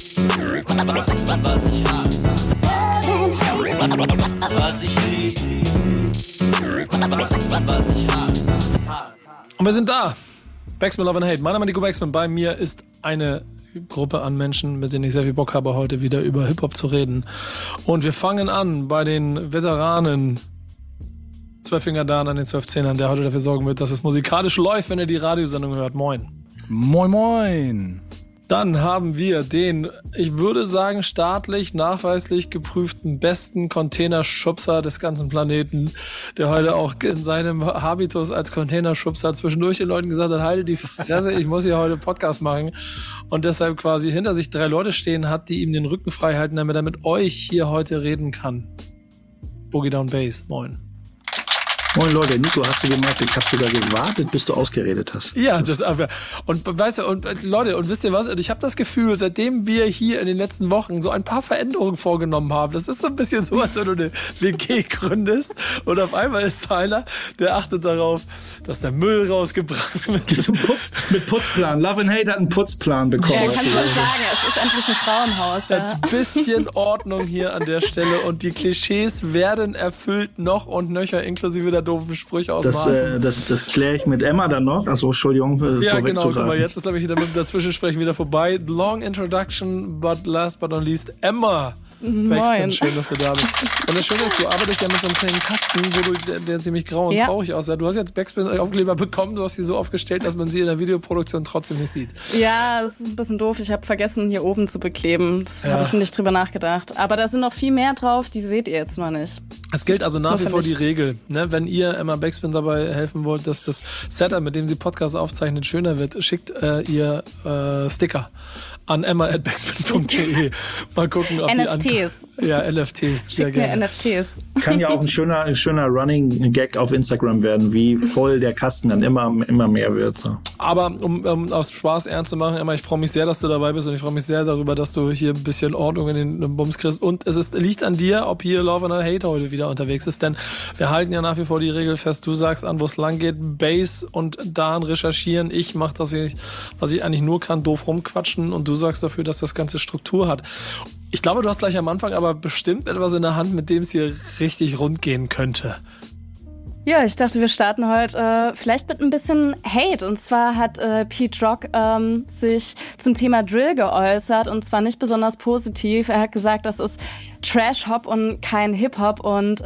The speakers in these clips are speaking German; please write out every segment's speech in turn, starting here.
Was ich hasse, was ich lieb, was ich hasse. Und wir sind da. Backspin, Love and Hate. Mein Name ist Nico Backspin. Bei mir ist eine Gruppe an Menschen, mit denen ich sehr viel Bock habe, heute wieder über Hip-Hop zu reden. Und wir fangen an bei den Veteranen. 12 Finger da an den 12 Zehnern, der heute dafür sorgen wird, dass es musikalisch läuft, wenn ihr die Radiosendung hört. Moin. Moin, moin. Dann haben wir den, ich würde sagen, staatlich, nachweislich geprüften besten Containerschubser des ganzen Planeten, der heute auch in seinem Habitus als Containerschubser zwischendurch den Leuten gesagt hat, halte die Fresse, ich muss hier heute Podcast machen, und deshalb quasi hinter sich 3 Leute stehen hat, die ihm den Rücken frei halten, damit er mit euch hier heute reden kann. Boogie Down Bass, moin. Moin Leute, Nico, hast du gemerkt, ich habe sogar gewartet, bis du ausgeredet hast. Ja, das aber, und weißt du, und Leute, und wisst ihr was, und ich habe das Gefühl, seitdem wir hier in den letzten Wochen so ein paar Veränderungen vorgenommen haben, das ist so ein bisschen so, als wenn du eine WG gründest und auf einmal ist einer, der achtet darauf, dass der Müll rausgebracht wird. Mit Putzplan. Love and Hate hat einen Putzplan bekommen. Ja, kann ich schon sagen, es ist endlich ein Frauenhaus. Ja. Ein bisschen Ordnung hier an der Stelle und die Klischees werden erfüllt noch und nöcher, inklusive der doofen Sprüche aus Marvin. Das kläre ich mit Emma dann noch. Achso, Entschuldigung, ja, genau, guck mal, jetzt ist, glaube ich, wieder mit dem Dazwischensprechen wieder vorbei. Long introduction, but last but not least, Emma. Backspin, schön, dass du da bist. Und das Schöne ist, du arbeitest ja mit so einem kleinen Kasten, der ziemlich grau und traurig aussah. Du hast jetzt Backspin-Aufkleber bekommen, du hast sie so aufgestellt, dass man sie in der Videoproduktion trotzdem nicht sieht. Ja, das ist ein bisschen doof. Ich habe vergessen, hier oben zu bekleben. Das habe ich nicht drüber nachgedacht. Aber da sind noch viel mehr drauf, die seht ihr jetzt noch nicht. Es gilt also nach wie vor die Regel, ne? Wenn ihr Emma Backspin dabei helfen wollt, dass das Setup, mit dem sie Podcasts aufzeichnet, schöner wird, schickt ihr Sticker an emma@backspin.de. Mal gucken, ob NFTs. Ja, NFTs. Sehr gerne. NFTs. Kann ja auch ein schöner Running Gag auf Instagram werden, wie voll der Kasten dann immer mehr wird. So. Aber um aus Spaß ernst zu machen, Emma, ich freue mich sehr, dass du dabei bist und ich freue mich sehr darüber, dass du hier ein bisschen Ordnung in den Bums kriegst. Und liegt an dir, ob hier Love and Hate heute wieder unterwegs ist, denn wir halten ja nach wie vor die Regel fest, du sagst an, wo es lang geht, Bass und daran recherchieren. Ich mache das, was ich eigentlich nur kann, doof rumquatschen, und du sagst dafür, dass das Ganze Struktur hat. Ich glaube, du hast gleich am Anfang aber bestimmt etwas in der Hand, mit dem es hier richtig rund gehen könnte. Ja, ich dachte, wir starten heute vielleicht mit ein bisschen Hate. Und zwar hat Pete Rock sich zum Thema Drill geäußert, und zwar nicht besonders positiv. Er hat gesagt, das ist Trash-Hop und kein Hip-Hop, und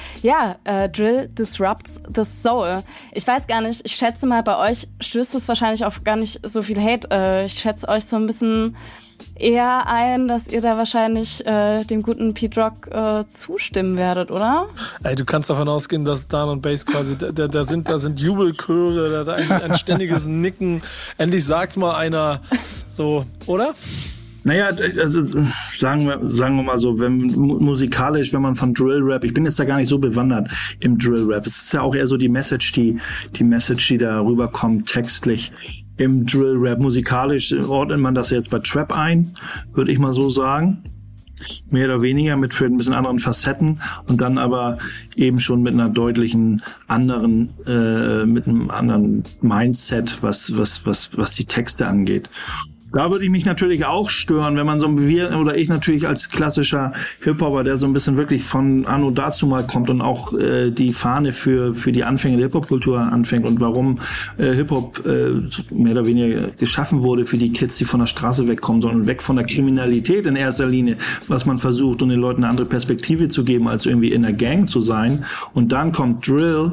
Drill disrupts the soul. Ich weiß gar nicht, ich schätze mal, bei euch stößt es wahrscheinlich auf gar nicht so viel Hate. Ich schätze euch so ein bisschen eher ein, dass ihr da wahrscheinlich dem guten Pete Rock zustimmen werdet, oder? Ey, du kannst davon ausgehen, dass Dan und Bass quasi, da sind Jubelchöre, da ein ständiges Nicken. Endlich sagt's mal einer, so, oder? Naja, also sagen wir mal so, musikalisch, wenn man von Drill-Rap, ich bin jetzt da gar nicht so bewandert im Drill-Rap. Es ist ja auch eher so die Message, die da rüberkommt, textlich. Im Drill-Rap musikalisch ordnet man das jetzt bei Trap ein, würde ich mal so sagen. Mehr oder weniger mit für ein bisschen anderen Facetten, und dann aber eben schon mit einer deutlichen anderen, mit einem anderen Mindset, was die Texte angeht. Da würde ich mich natürlich auch stören, wenn man oder ich natürlich als klassischer Hip-Hopper, der so ein bisschen wirklich von anno dazu mal kommt und auch die Fahne für die Anfänge der Hip-Hop-Kultur anfängt und warum Hip-Hop mehr oder weniger geschaffen wurde für die Kids, die von der Straße wegkommen, sondern weg von der Kriminalität in erster Linie, was man versucht, um den Leuten eine andere Perspektive zu geben, als irgendwie in der Gang zu sein. Und dann kommt Drill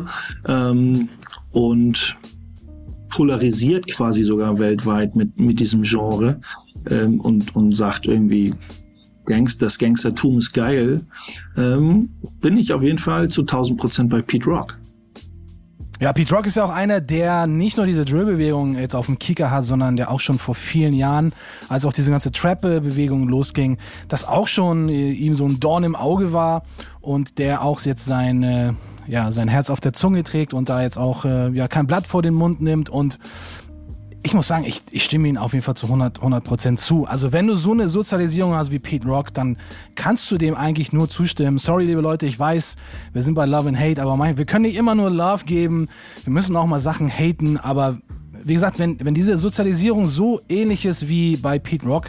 und polarisiert quasi sogar weltweit mit diesem Genre und sagt irgendwie, das Gangstertum ist geil, bin ich auf jeden Fall zu 1000% bei Pete Rock. Ja, Pete Rock ist ja auch einer, der nicht nur diese Drill-Bewegung jetzt auf dem Kicker hat, sondern der auch schon vor vielen Jahren, als auch diese ganze Trap-Bewegung losging, das auch schon ihm so ein Dorn im Auge war, und der auch jetzt sein Herz auf der Zunge trägt und da jetzt auch kein Blatt vor den Mund nimmt. Und ich muss sagen, ich stimme Ihnen auf jeden Fall zu 100% zu. Also wenn du so eine Sozialisierung hast wie Pete Rock, dann kannst du dem eigentlich nur zustimmen. Sorry, liebe Leute, ich weiß, wir sind bei Love and Hate, aber wir können nicht immer nur Love geben. Wir müssen auch mal Sachen haten, aber wie gesagt, wenn diese Sozialisierung so ähnlich ist wie bei Pete Rock,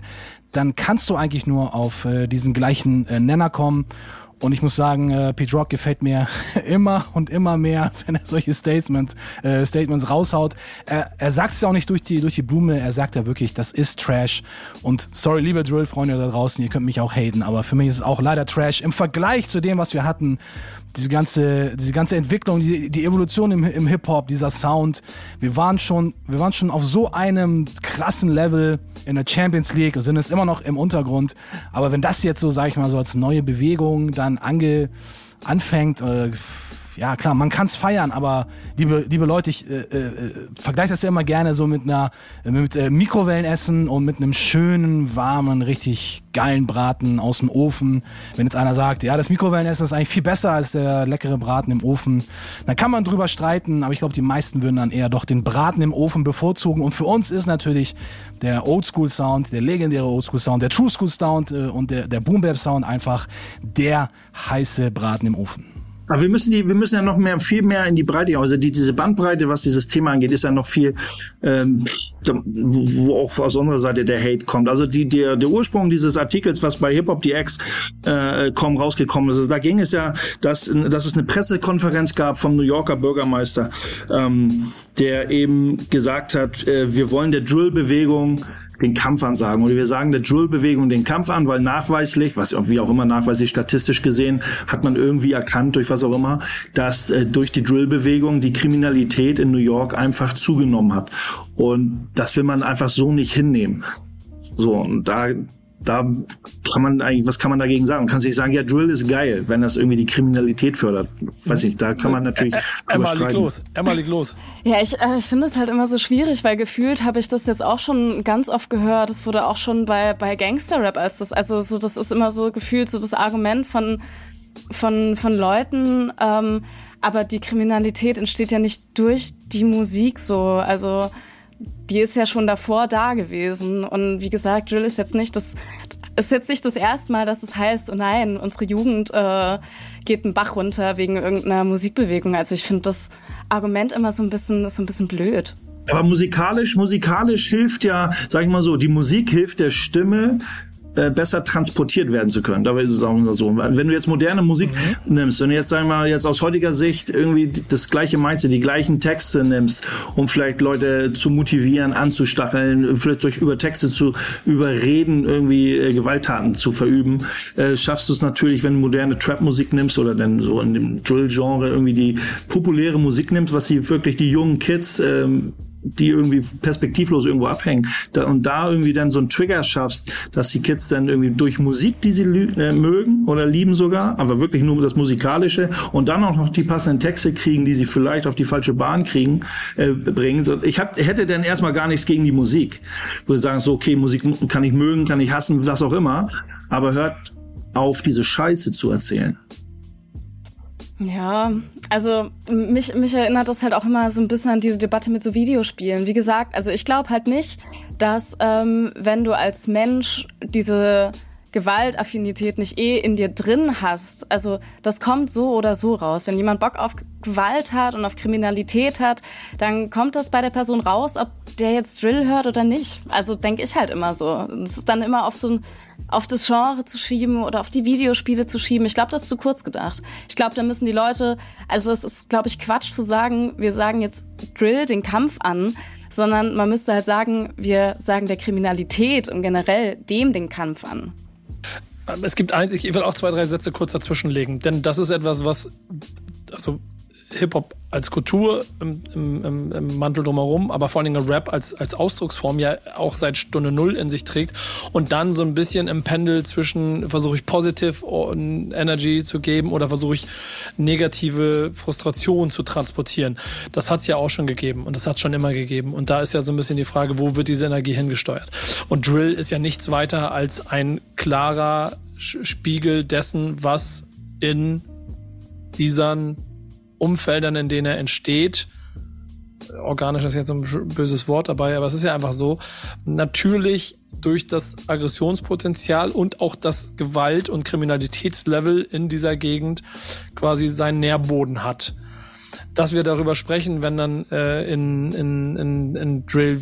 dann kannst du eigentlich nur auf diesen gleichen Nenner kommen. Und ich muss sagen, Pete Rock gefällt mir immer und immer mehr, wenn er solche Statements raushaut. Er sagt es ja auch nicht durch die Blume, er sagt ja wirklich, das ist Trash. Und sorry, liebe Drill-Freunde da draußen, ihr könnt mich auch haten, aber für mich ist es auch leider Trash. Im Vergleich zu dem, was wir hatten, diese ganze Entwicklung, die Evolution im Hip-Hop, dieser Sound, wir waren schon auf so einem krassen Level in der Champions League und sind es immer noch im Untergrund. Aber wenn das jetzt so, sag ich mal, so als neue Bewegung dann anfängt, ja klar, man kann's feiern, aber liebe Leute, ich vergleiche das ja immer gerne so mit Mikrowellenessen und mit einem schönen, warmen, richtig geilen Braten aus dem Ofen. Wenn jetzt einer sagt, ja, das Mikrowellenessen ist eigentlich viel besser als der leckere Braten im Ofen, dann kann man drüber streiten, aber ich glaube, die meisten würden dann eher doch den Braten im Ofen bevorzugen. Und für uns ist natürlich der Oldschool-Sound, der legendäre Oldschool-Sound, der True-School-Sound und der Boom-Bap-Sound einfach der heiße Braten im Ofen. Aber wir müssen ja noch viel mehr in die Breite gehen. Also diese Bandbreite, was dieses Thema angeht, ist ja noch viel, wo auch aus unserer Seite der Hate kommt. Also der Ursprung dieses Artikels, was bei hiphopdx.com rausgekommen ist, also da ging es ja, dass es eine Pressekonferenz gab vom New Yorker Bürgermeister, der eben gesagt hat, wir wollen der Drill-Bewegung den Kampf ansagen. Und wir sagen der Drill-Bewegung den Kampf an, weil nachweislich, wie auch immer nachweislich statistisch gesehen, hat man irgendwie erkannt, durch was auch immer, dass durch die Drill-Bewegung die Kriminalität in New York einfach zugenommen hat. Und das will man einfach so nicht hinnehmen. So, und da kann man eigentlich, was kann man dagegen sagen? Man kann sich sagen, ja, Drill ist geil, wenn das irgendwie die Kriminalität fördert. Weiß ich, da kann man natürlich Emma liegt los. Ja, ich finde es halt immer so schwierig, weil gefühlt habe ich das jetzt auch schon ganz oft gehört. Das wurde auch schon bei Gangster-Rap das ist immer so gefühlt so das Argument von Leuten, aber die Kriminalität entsteht ja nicht durch die Musik so, also die ist ja schon davor da gewesen. Und wie gesagt, Drill ist jetzt nicht das erste Mal, dass es heißt, oh nein, unsere Jugend geht einen Bach runter wegen irgendeiner Musikbewegung. Also ich finde das Argument immer so ein bisschen blöd. Aber musikalisch hilft ja, sag ich mal so, die Musik hilft der Stimme, besser transportiert werden zu können. Dabei ist es auch immer so. Wenn du jetzt moderne Musik nimmst und jetzt, sagen wir mal, jetzt aus heutiger Sicht irgendwie das gleiche Mindset, die gleichen Texte nimmst, um vielleicht Leute zu motivieren, anzustacheln, vielleicht über Texte zu überreden, irgendwie Gewalttaten zu verüben, schaffst du es natürlich, wenn du moderne Trap-Musik nimmst oder dann so in dem Drill-Genre irgendwie die populäre Musik nimmst, was die jungen Kids die irgendwie perspektivlos irgendwo abhängen und da irgendwie dann so einen Trigger schaffst, dass die Kids dann irgendwie durch Musik, die sie mögen oder lieben sogar, aber wirklich nur das Musikalische und dann auch noch die passenden Texte kriegen, die sie vielleicht auf die falsche Bahn bringen. Ich hätte dann erstmal gar nichts gegen die Musik. Ich würde sagen, so okay, Musik kann ich mögen, kann ich hassen, was auch immer, aber hört auf, diese Scheiße zu erzählen. Ja, also mich erinnert das halt auch immer so ein bisschen an diese Debatte mit so Videospielen. Wie gesagt, also ich glaube halt nicht, dass wenn du als Mensch diese Gewaltaffinität nicht in dir drin hast, also das kommt so oder so raus. Wenn jemand Bock auf Gewalt hat und auf Kriminalität hat, dann kommt das bei der Person raus, ob der jetzt Drill hört oder nicht. Also denke ich halt immer so. Das ist dann immer auf das Genre zu schieben oder auf die Videospiele zu schieben. Ich glaube, das ist zu kurz gedacht. Ich glaube, da müssen die Leute, also es ist, glaube ich, Quatsch zu sagen, wir sagen jetzt Drill den Kampf an, sondern man müsste halt sagen, wir sagen der Kriminalität und generell dem den Kampf an. Ich will auch 2, 3 Sätze kurz dazwischenlegen, denn das ist etwas, was, also Hip-Hop als Kultur im Mantel drumherum, aber vor allen Dingen Rap als Ausdrucksform ja auch seit Stunde Null in sich trägt und dann so ein bisschen im Pendel zwischen versuche ich Positive Energy zu geben oder versuche ich negative Frustration zu transportieren. Das hat es ja auch schon gegeben und das hat es schon immer gegeben und da ist ja so ein bisschen die Frage, wo wird diese Energie hingesteuert? Und Drill ist ja nichts weiter als ein klarer Spiegel dessen, was in diesen Umfeldern, in denen er entsteht, organisch ist jetzt so ein böses Wort dabei, aber es ist ja einfach so, natürlich durch das Aggressionspotenzial und auch das Gewalt- und Kriminalitätslevel in dieser Gegend quasi seinen Nährboden hat. Dass wir darüber sprechen, wenn dann in Drill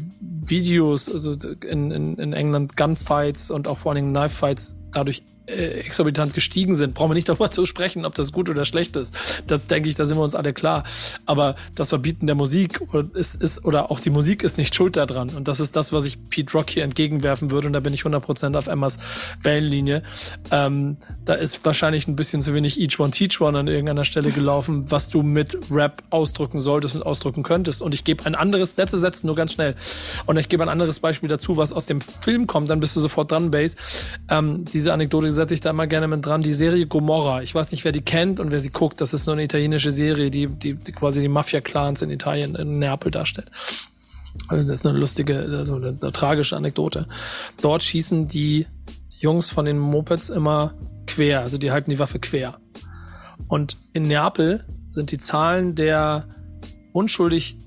Videos, also in England Gunfights und auch vor allen Dingen Knife-Fights dadurch exorbitant gestiegen sind. Brauchen wir nicht darüber zu sprechen, ob das gut oder schlecht ist. Das denke ich, da sind wir uns alle klar. Aber das Verbieten der Musik oder auch die Musik ist nicht schuld daran. Und das ist das, was ich Pete Rock hier entgegenwerfen würde. Und da bin ich 100% auf Emmas Wellenlinie. Da ist wahrscheinlich ein bisschen zu wenig Each One Teach One an irgendeiner Stelle gelaufen, was du mit Rap ausdrücken solltest und ausdrücken könntest. Und ich gebe ein anderes, letzte Sätze nur ganz schnell. Und ich gebe ein anderes Beispiel dazu, was aus dem Film kommt. Dann bist du sofort dran, Bass. Diese Anekdote setze ich da immer gerne mit dran. Die Serie Gomorra. Ich weiß nicht, wer die kennt und wer sie guckt. Das ist so eine italienische Serie, die quasi die Mafia-Clans in Italien, in Neapel darstellt. Also das ist eine lustige, so eine tragische Anekdote. Dort schießen die Jungs von den Mopeds immer quer. Also die halten die Waffe quer. Und in Neapel sind die Zahlen der unschuldigen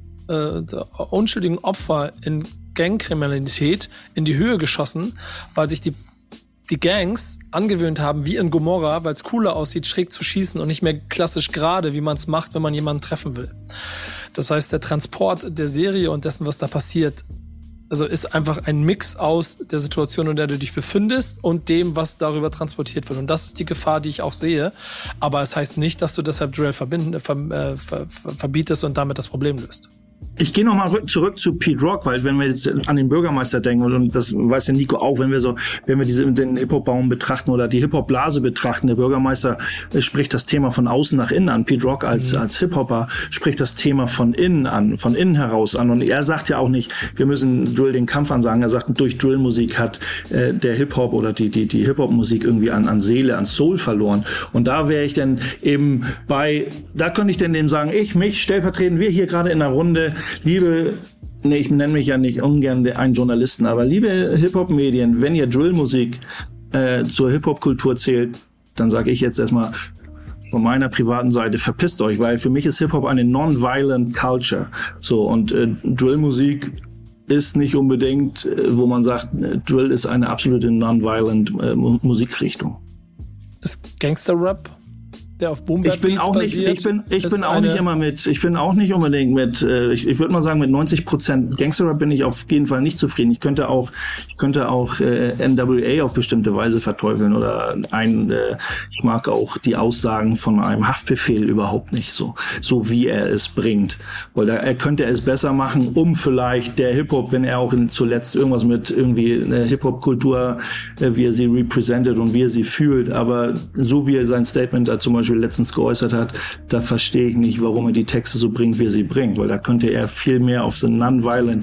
Opfer in Gangkriminalität in die Höhe geschossen, weil sich die Gangs angewöhnt haben, wie in Gomorra, weil es cooler aussieht, schräg zu schießen und nicht mehr klassisch gerade, wie man es macht, wenn man jemanden treffen will. Das heißt, der Transport der Serie und dessen, was da passiert, also ist einfach ein Mix aus der Situation, in der du dich befindest und dem, was darüber transportiert wird. Und das ist die Gefahr, die ich auch sehe. Aber es heißt nicht, dass du deshalb Drill verbietest und damit das Problem löst. Ich gehe nochmal zurück zu Pete Rock, weil wenn wir jetzt an den Bürgermeister denken, und das weiß ja Nico auch, wenn wir den Hip-Hop-Baum betrachten oder die Hip-Hop-Blase betrachten, der Bürgermeister spricht das Thema von außen nach innen an. Pete Rock als Hip-Hopper spricht das Thema von innen an, von innen heraus an. Und er sagt ja auch nicht, wir müssen Drill den Kampf ansagen. Er sagt, durch Drill-Musik hat der Hip-Hop oder die Hip-Hop-Musik irgendwie an Seele, an Soul verloren. Und da wäre ich dann eben da könnte ich dann dem sagen, mich stellvertretend, wir hier gerade in der Runde, ich nenne mich ja nicht ungern einen Journalisten, aber liebe Hip-Hop-Medien, wenn ihr Drill-Musik zur Hip-Hop-Kultur zählt, dann sage ich jetzt erstmal von meiner privaten Seite, verpisst euch, weil für mich ist Hip-Hop eine non-violent Culture. So, und Drill-Musik ist nicht unbedingt, wo man sagt, Drill ist eine absolute non-violent Musikrichtung. Ist Gangster-Rap, der auf Boom-Bap-Beats basiert? Ich bin auch nicht unbedingt mit, ich würde mal sagen, mit 90% Gangster-Rap bin ich auf jeden Fall nicht zufrieden. Ich könnte auch NWA auf bestimmte Weise verteufeln oder ich mag auch die Aussagen von einem Haftbefehl überhaupt nicht so wie er es bringt. Weil er könnte es besser machen, um vielleicht der Hip-Hop, wenn er auch zuletzt irgendwas mit irgendwie eine Hip-Hop-Kultur, wie er sie represented und wie er sie fühlt, aber so wie er sein Statement da zum Beispiel letztens geäußert hat, da verstehe ich nicht, warum er die Texte so bringt, wie er sie bringt, weil da könnte er viel mehr auf so einen non-violent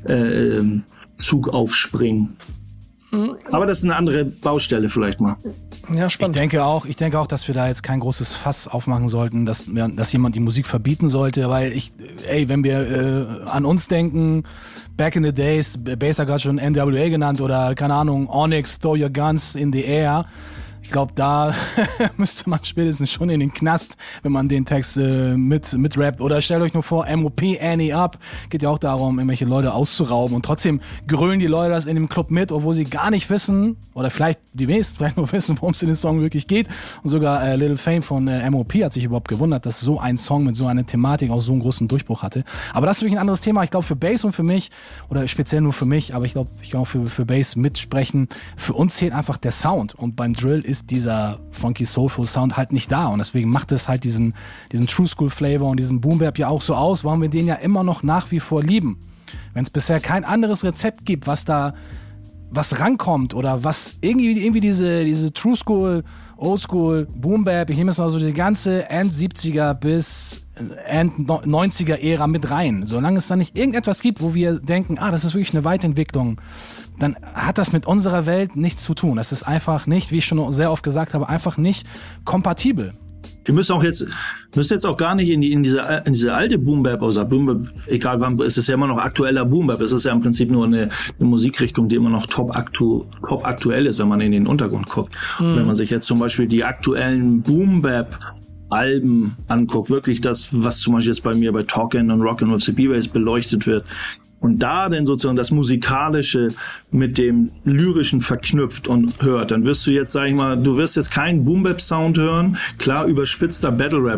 Zug aufspringen. Aber das ist eine andere Baustelle vielleicht mal. Ja, spannend. Ich denke auch, dass wir da jetzt kein großes Fass aufmachen sollten, dass jemand die Musik verbieten sollte, weil wenn wir an uns denken, back in the days, Bass hat gerade schon NWA genannt oder keine Ahnung, Onyx, Throw Your Guns in the Air. Ich glaube, da müsste man spätestens schon in den Knast, wenn man den Text mit rappt. Oder stellt euch nur vor, MOP, Annie Up. Geht ja auch darum, irgendwelche Leute auszurauben. Und trotzdem grölen die Leute das in dem Club mit, obwohl sie gar nicht wissen, oder vielleicht die wenigsten vielleicht nur wissen, worum es in dem Song wirklich geht. Und sogar Little Fame von MOP hat sich überhaupt gewundert, dass so ein Song mit so einer Thematik auch so einen großen Durchbruch hatte. Aber das ist wirklich ein anderes Thema. Ich glaube, für Bass und für mich, oder speziell nur für mich, aber ich glaube auch für Bass mitsprechen, für uns zählt einfach der Sound. Und beim Drill ist dieser funky soulful Sound halt nicht da und deswegen macht es halt diesen True School Flavor und diesen Boom Bap ja auch so aus, warum wir den ja immer noch nach wie vor lieben. Wenn es bisher kein anderes Rezept gibt, was rankommt oder was irgendwie diese True School, Old School, Boom Bap, ich nehme jetzt mal so die ganze End 70er bis End 90er Ära mit rein. Solange es da nicht irgendetwas gibt, wo wir denken, das ist wirklich eine Weiterentwicklung, dann hat das mit unserer Welt nichts zu tun. Das ist einfach nicht, wie ich schon sehr oft gesagt habe, einfach nicht kompatibel. Wir müssen jetzt auch gar nicht in diese alte Boom-Bap, also Boom-Bap, egal wann, es ist ja immer noch aktueller Boom-Bap. Es ist ja im Prinzip nur eine Musikrichtung, die immer noch top aktuell ist, wenn man in den Untergrund guckt. Und wenn man sich jetzt zum Beispiel die aktuellen Boom-Bap-Alben anguckt, wirklich das, was zum Beispiel jetzt bei mir bei Talkin' und Rockin' with the B-Bass beleuchtet wird, und da denn sozusagen das Musikalische mit dem Lyrischen verknüpft und hört, dann wirst du jetzt, sag ich mal, du wirst jetzt keinen Boom-Bap-Sound hören, klar überspitzter Battle-Rap,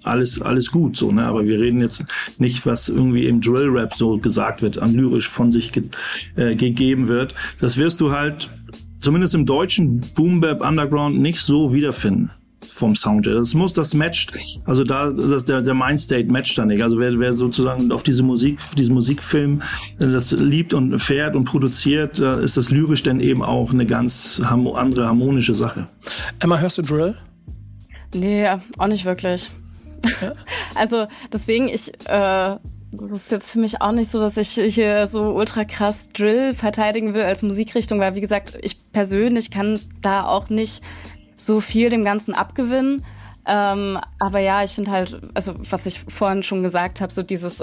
alles gut so, ne? Aber wir reden jetzt nicht, was irgendwie im Drill-Rap so gesagt wird, an lyrisch von sich gegeben wird. Das wirst du halt zumindest im deutschen Boom-Bap-Underground nicht so wiederfinden. Vom Sound her. Das matcht, also der Mindstate matcht da nicht. Also wer sozusagen auf diesen Musikfilm das liebt und fährt und produziert, ist das lyrisch dann eben auch eine ganz andere harmonische Sache. Emma, hörst du Drill? Nee, auch nicht wirklich. Ja. Also deswegen, das ist jetzt für mich auch nicht so, dass ich hier so ultra krass Drill verteidigen will als Musikrichtung, weil wie gesagt, ich persönlich kann da auch nicht so viel dem Ganzen abgewinnen. Aber ja, ich finde halt, also was ich vorhin schon gesagt habe, so dieses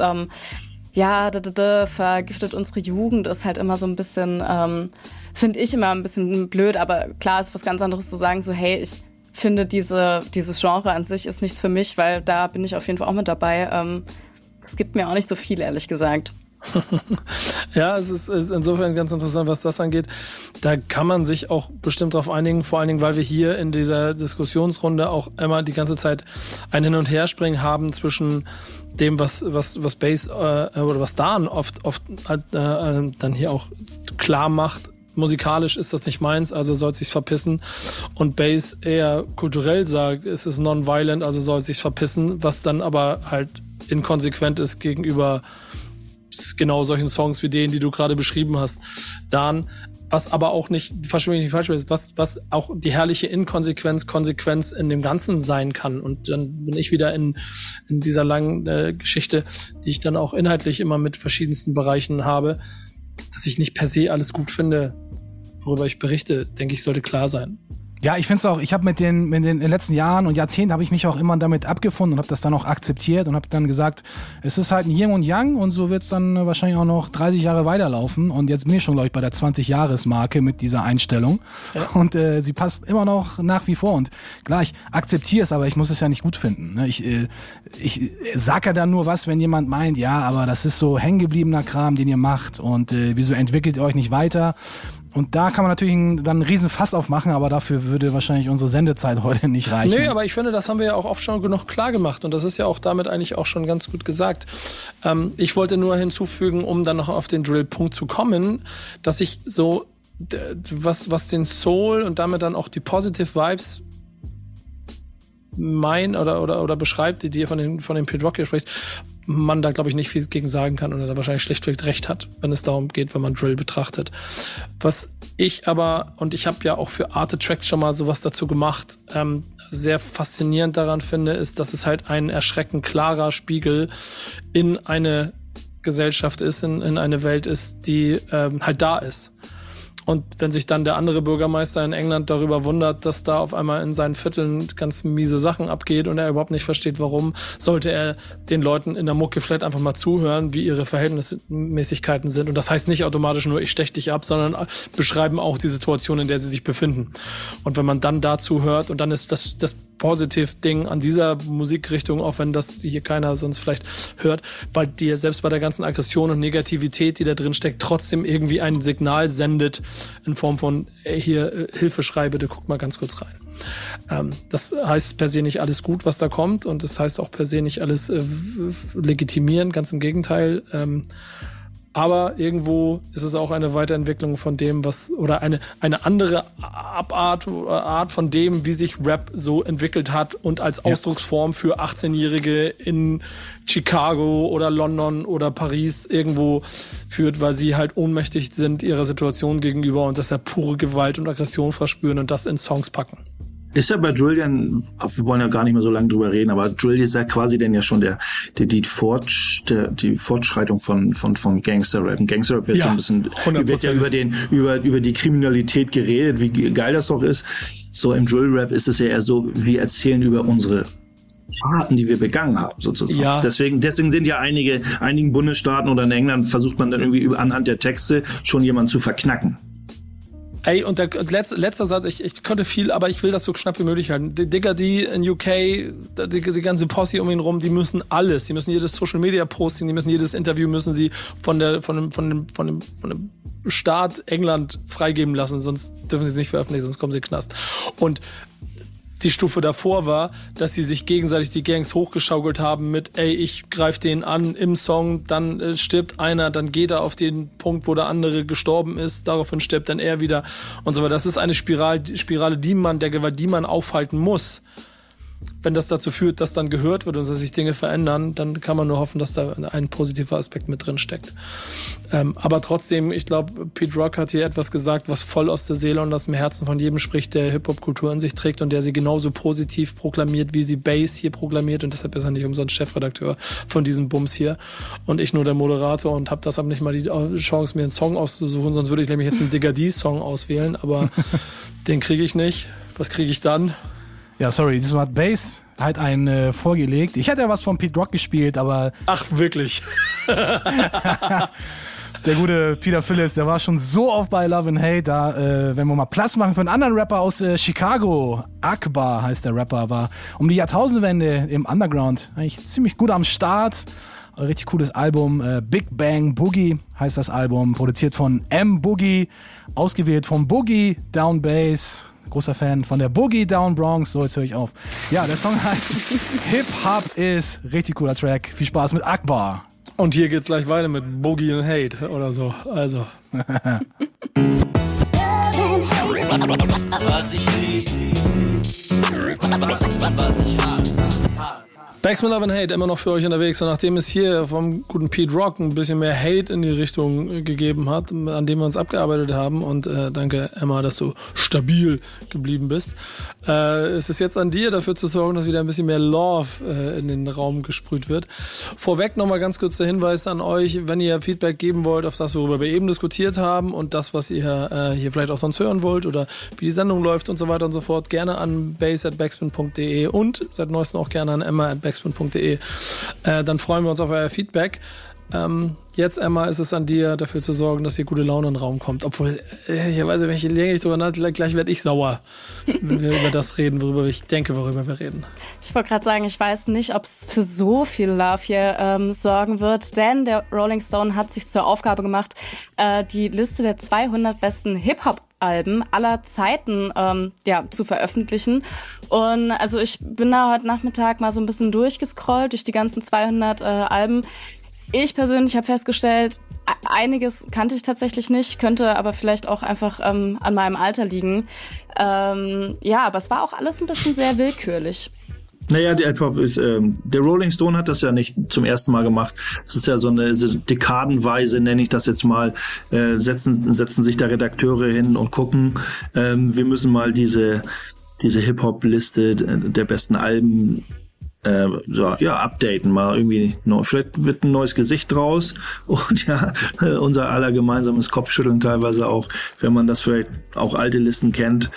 vergiftet unsere Jugend ist halt immer so ein bisschen, finde ich immer ein bisschen blöd, aber klar ist was ganz anderes zu sagen, so hey, ich finde dieses Genre an sich ist nichts für mich, weil da bin ich auf jeden Fall auch mit dabei. Es gibt mir auch nicht so viel, ehrlich gesagt. Ja, es ist insofern ganz interessant, was das angeht. Da kann man sich auch bestimmt drauf einigen, vor allen Dingen, weil wir hier in dieser Diskussionsrunde auch immer die ganze Zeit ein Hin- und Herspringen haben zwischen dem, was Bass oder was Dan oft dann hier auch klar macht. Musikalisch ist das nicht meins, also soll es sich verpissen. Und Bass eher kulturell sagt, es ist non-violent, also soll es sich verpissen, was dann aber halt inkonsequent ist gegenüber genau solchen Songs wie denen, die du gerade beschrieben hast. Dan, was aber auch nicht, verstehe mich nicht falsch, was auch die herrliche Konsequenz in dem Ganzen sein kann. Und dann bin ich wieder in dieser langen Geschichte, die ich dann auch inhaltlich immer mit verschiedensten Bereichen habe, dass ich nicht per se alles gut finde, worüber ich berichte, denke ich, sollte klar sein. Ja, ich finde es auch, ich habe mit den letzten Jahren und Jahrzehnten habe ich mich auch immer damit abgefunden und habe das dann auch akzeptiert und habe dann gesagt, es ist halt ein Yin und Yang und so wird es dann wahrscheinlich auch noch 30 Jahre weiterlaufen und jetzt bin ich schon, glaube ich, bei der 20-Jahres-Marke mit dieser Einstellung und sie passt immer noch nach wie vor und klar, ich akzeptiere es, aber ich muss es ja nicht gut finden. Ne? Ich sag ja dann nur was, wenn jemand meint, ja, aber das ist so hängengebliebener Kram, den ihr macht und wieso entwickelt ihr euch nicht weiter? Und da kann man natürlich dann einen riesen Fass aufmachen, aber dafür würde wahrscheinlich unsere Sendezeit heute nicht reichen. Nee, aber ich finde, das haben wir ja auch oft schon genug klar gemacht und das ist ja auch damit eigentlich auch schon ganz gut gesagt. Ich wollte nur hinzufügen, um dann noch auf den Drill-Punkt zu kommen, dass ich so, was den Soul und damit dann auch die Positive Vibes oder beschreibt, die ihr von den Pete Rock hier spricht, man da, glaube ich, nicht viel gegen sagen kann und er da wahrscheinlich schlichtweg recht hat, wenn es darum geht, wenn man Drill betrachtet. Was ich aber, und ich habe ja auch für Art Attract schon mal sowas dazu gemacht, sehr faszinierend daran finde, ist, dass es halt ein erschreckend klarer Spiegel in eine Gesellschaft ist, in eine Welt ist, die halt da ist. Und wenn sich dann der andere Bürgermeister in England darüber wundert, dass da auf einmal in seinen Vierteln ganz miese Sachen abgeht und er überhaupt nicht versteht, warum, sollte er den Leuten in der Mucke vielleicht einfach mal zuhören, wie ihre Verhältnismäßigkeiten sind. Und das heißt nicht automatisch nur, ich stech dich ab, sondern beschreiben auch die Situation, in der sie sich befinden. Und wenn man dann dazu hört, und dann ist das Positive-Ding an dieser Musikrichtung, auch wenn das hier keiner sonst vielleicht hört, weil dir selbst bei der ganzen Aggression und Negativität, die da drin steckt, trotzdem irgendwie ein Signal sendet, in Form von, ey, hier, Hilfeschrei, bitte guck mal ganz kurz rein. Das heißt per se nicht alles gut, was da kommt und das heißt auch per se nicht alles legitimieren, ganz im Gegenteil. Aber irgendwo ist es auch eine Weiterentwicklung von dem, oder eine andere Abart oder Art von dem, wie sich Rap so entwickelt hat und als Ausdrucksform für 18-Jährige in Chicago oder London oder Paris irgendwo führt, weil sie halt ohnmächtig sind ihrer Situation gegenüber und deshalb pure Gewalt und Aggression verspüren und das in Songs packen. Ist ja bei Julian, wir wollen ja gar nicht mehr so lange drüber reden, aber Julian ist ja quasi denn ja schon die Fortschreitung von Gangster-Rap. Ein Gangster-Rap wird so ein bisschen, wird ja über die Kriminalität geredet, wie geil das doch ist. So im Drill-Rap ist es ja eher so, wir erzählen über unsere Taten, die wir begangen haben, sozusagen. Ja. Deswegen sind ja einigen Bundesstaaten oder in England versucht man dann irgendwie anhand der Texte schon jemanden zu verknacken. Ey, und der letzter Satz, ich könnte viel, aber ich will das so knapp wie möglich halten. Die Digger, die in UK, die ganze Posse um ihn rum, die müssen alles. Die müssen jedes Social Media Posting, die müssen jedes Interview müssen sie von dem Staat England freigeben lassen, sonst dürfen sie es nicht veröffentlichen, sonst kommen sie in den Knast. Und die Stufe davor war, dass sie sich gegenseitig die Gangs hochgeschaukelt haben mit, ey, ich greif den an im Song, dann stirbt einer, dann geht er auf den Punkt, wo der andere gestorben ist, daraufhin stirbt dann er wieder und so weiter. Das ist eine Spirale, der Gewalt, die man aufhalten muss. Wenn das dazu führt, dass dann gehört wird und dass sich Dinge verändern, dann kann man nur hoffen, dass da ein positiver Aspekt mit drin steckt. Aber trotzdem, ich glaube, Pete Rock hat hier etwas gesagt, was voll aus der Seele und aus dem Herzen von jedem spricht, der Hip-Hop-Kultur in sich trägt und der sie genauso positiv proklamiert, wie sie Bass hier proklamiert, und deshalb ist er nicht umsonst Chefredakteur von diesem Bums hier und ich nur der Moderator und habe deshalb nicht mal die Chance, mir einen Song auszusuchen, sonst würde ich nämlich jetzt einen Digga D-Song auswählen, aber den kriege ich nicht. Was kriege ich dann? Ja, sorry, diesmal hat Bass halt einen vorgelegt. Ich hätte ja was von Pete Rock gespielt, aber... Ach, wirklich? Der gute Peter Phillips, der war schon so oft bei Love and Hate, da, wenn wir mal Platz machen für einen anderen Rapper aus Chicago, Akbar heißt der Rapper, war um die Jahrtausendwende im Underground eigentlich ziemlich gut am Start. Ein richtig cooles Album, Big Bang Boogie heißt das Album, produziert von M Boogie, ausgewählt vom Boogie Down Bass. Großer Fan von der Boogie Down Bronx. So, jetzt höre ich auf. Ja, der Song heißt Hip Hop ist richtig cooler Track. Viel Spaß mit Akbar. Und hier geht's gleich weiter mit Boogie and Hate oder so. Also. Was ich lieb, was ich hasse. Bags mit Love and Hate immer noch für euch unterwegs, und nachdem es hier vom guten Pete Rock ein bisschen mehr Hate in die Richtung gegeben hat, an dem wir uns abgearbeitet haben, und danke Emma, dass du stabil geblieben bist, es ist jetzt an dir, dafür zu sorgen, dass wieder ein bisschen mehr Love in den Raum gesprüht wird. Vorweg nochmal ganz kurz der Hinweis an euch, wenn ihr Feedback geben wollt auf das, worüber wir eben diskutiert haben und das, was ihr hier vielleicht auch sonst hören wollt oder wie die Sendung läuft und so weiter und so fort, gerne an bass@backspin.de und seit neuestem auch gerne an emma@backspin.de. Dann freuen wir uns auf euer Feedback. Jetzt, Emma, ist es an dir, dafür zu sorgen, dass hier gute Laune in den Raum kommt. Obwohl, ich weiß, wenn ich länger nicht drüber nachdenke, gleich werde ich sauer, wenn wir über das reden, worüber wir reden. Ich wollte gerade sagen, ich weiß nicht, ob es für so viel Love hier sorgen wird, denn der Rolling Stone hat sich zur Aufgabe gemacht, die Liste der 200 besten Hip-Hop-Alben aller Zeiten zu veröffentlichen. Und also ich bin da heute Nachmittag mal so ein bisschen durchgescrollt durch die ganzen 200 Alben. Ich persönlich habe festgestellt, einiges kannte ich tatsächlich nicht, könnte aber vielleicht auch einfach an meinem Alter liegen. Aber es war auch alles ein bisschen sehr willkürlich. Naja, der Rolling Stone hat das ja nicht zum ersten Mal gemacht. Das ist ja so eine dekadenweise, nenne ich das jetzt mal, setzen sich da Redakteure hin und gucken, wir müssen mal diese Hip-Hop-Liste der besten Alben updaten, mal irgendwie vielleicht wird ein neues Gesicht draus und ja, unser aller gemeinsames Kopfschütteln teilweise auch, wenn man das vielleicht auch alte Listen kennt.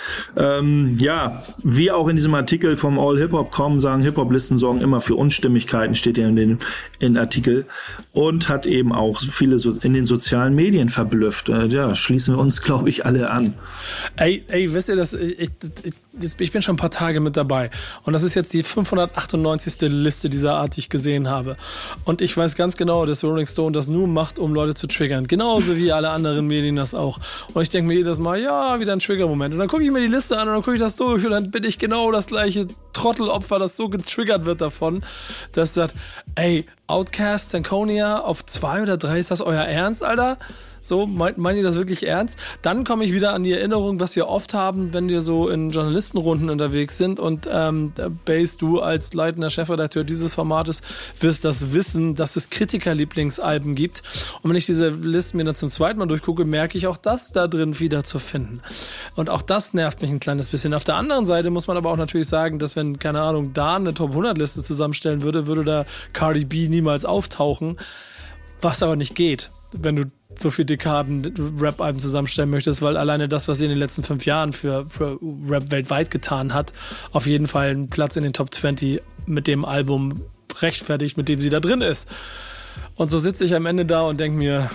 Wie auch in diesem Artikel vom All-Hip-Hop.com sagen, Hip-Hop-Listen sorgen immer für Unstimmigkeiten, steht ja in Artikel, und hat eben auch viele in den sozialen Medien verblüfft. Schließen wir uns, glaube ich, alle an. Ey, wisst ihr, ich bin schon ein paar Tage mit dabei und das ist jetzt die 598. Liste dieser Art, die ich gesehen habe. Und ich weiß ganz genau, dass Rolling Stone das nur macht, um Leute zu triggern. Genauso wie alle anderen Medien das auch. Und ich denke mir jedes Mal, ja, wieder ein Trigger-Moment. Und dann gucke ich mir die Liste an und dann gucke ich das durch und dann bin ich genau das gleiche Trottelopfer, das so getriggert wird davon, dass sagt, ey, Outkast, Stankonia auf 2 oder 3, ist das euer Ernst, Alter? So, meint ihr das wirklich ernst? Dann komme ich wieder an die Erinnerung, was wir oft haben, wenn wir so in Journalistenrunden unterwegs sind und Bass, du als leitender Chefredakteur dieses Formates wirst das wissen, dass es Kritikerlieblingsalben gibt. Und wenn ich diese Listen mir dann zum zweiten Mal durchgucke, merke ich auch das da drin wieder zu finden. Und auch das nervt mich ein kleines bisschen. Auf der anderen Seite muss man aber auch natürlich sagen, dass wenn, keine Ahnung, da eine Top 100 Liste zusammenstellen würde da Cardi B niemals auftauchen, was aber nicht geht, wenn du so viel Dekaden Rap-Alben zusammenstellen möchtest, weil alleine das, was sie in den letzten 5 Jahren für Rap weltweit getan hat, auf jeden Fall einen Platz in den Top 20 mit dem Album rechtfertigt, mit dem sie da drin ist. Und so sitze ich am Ende da und denke mir,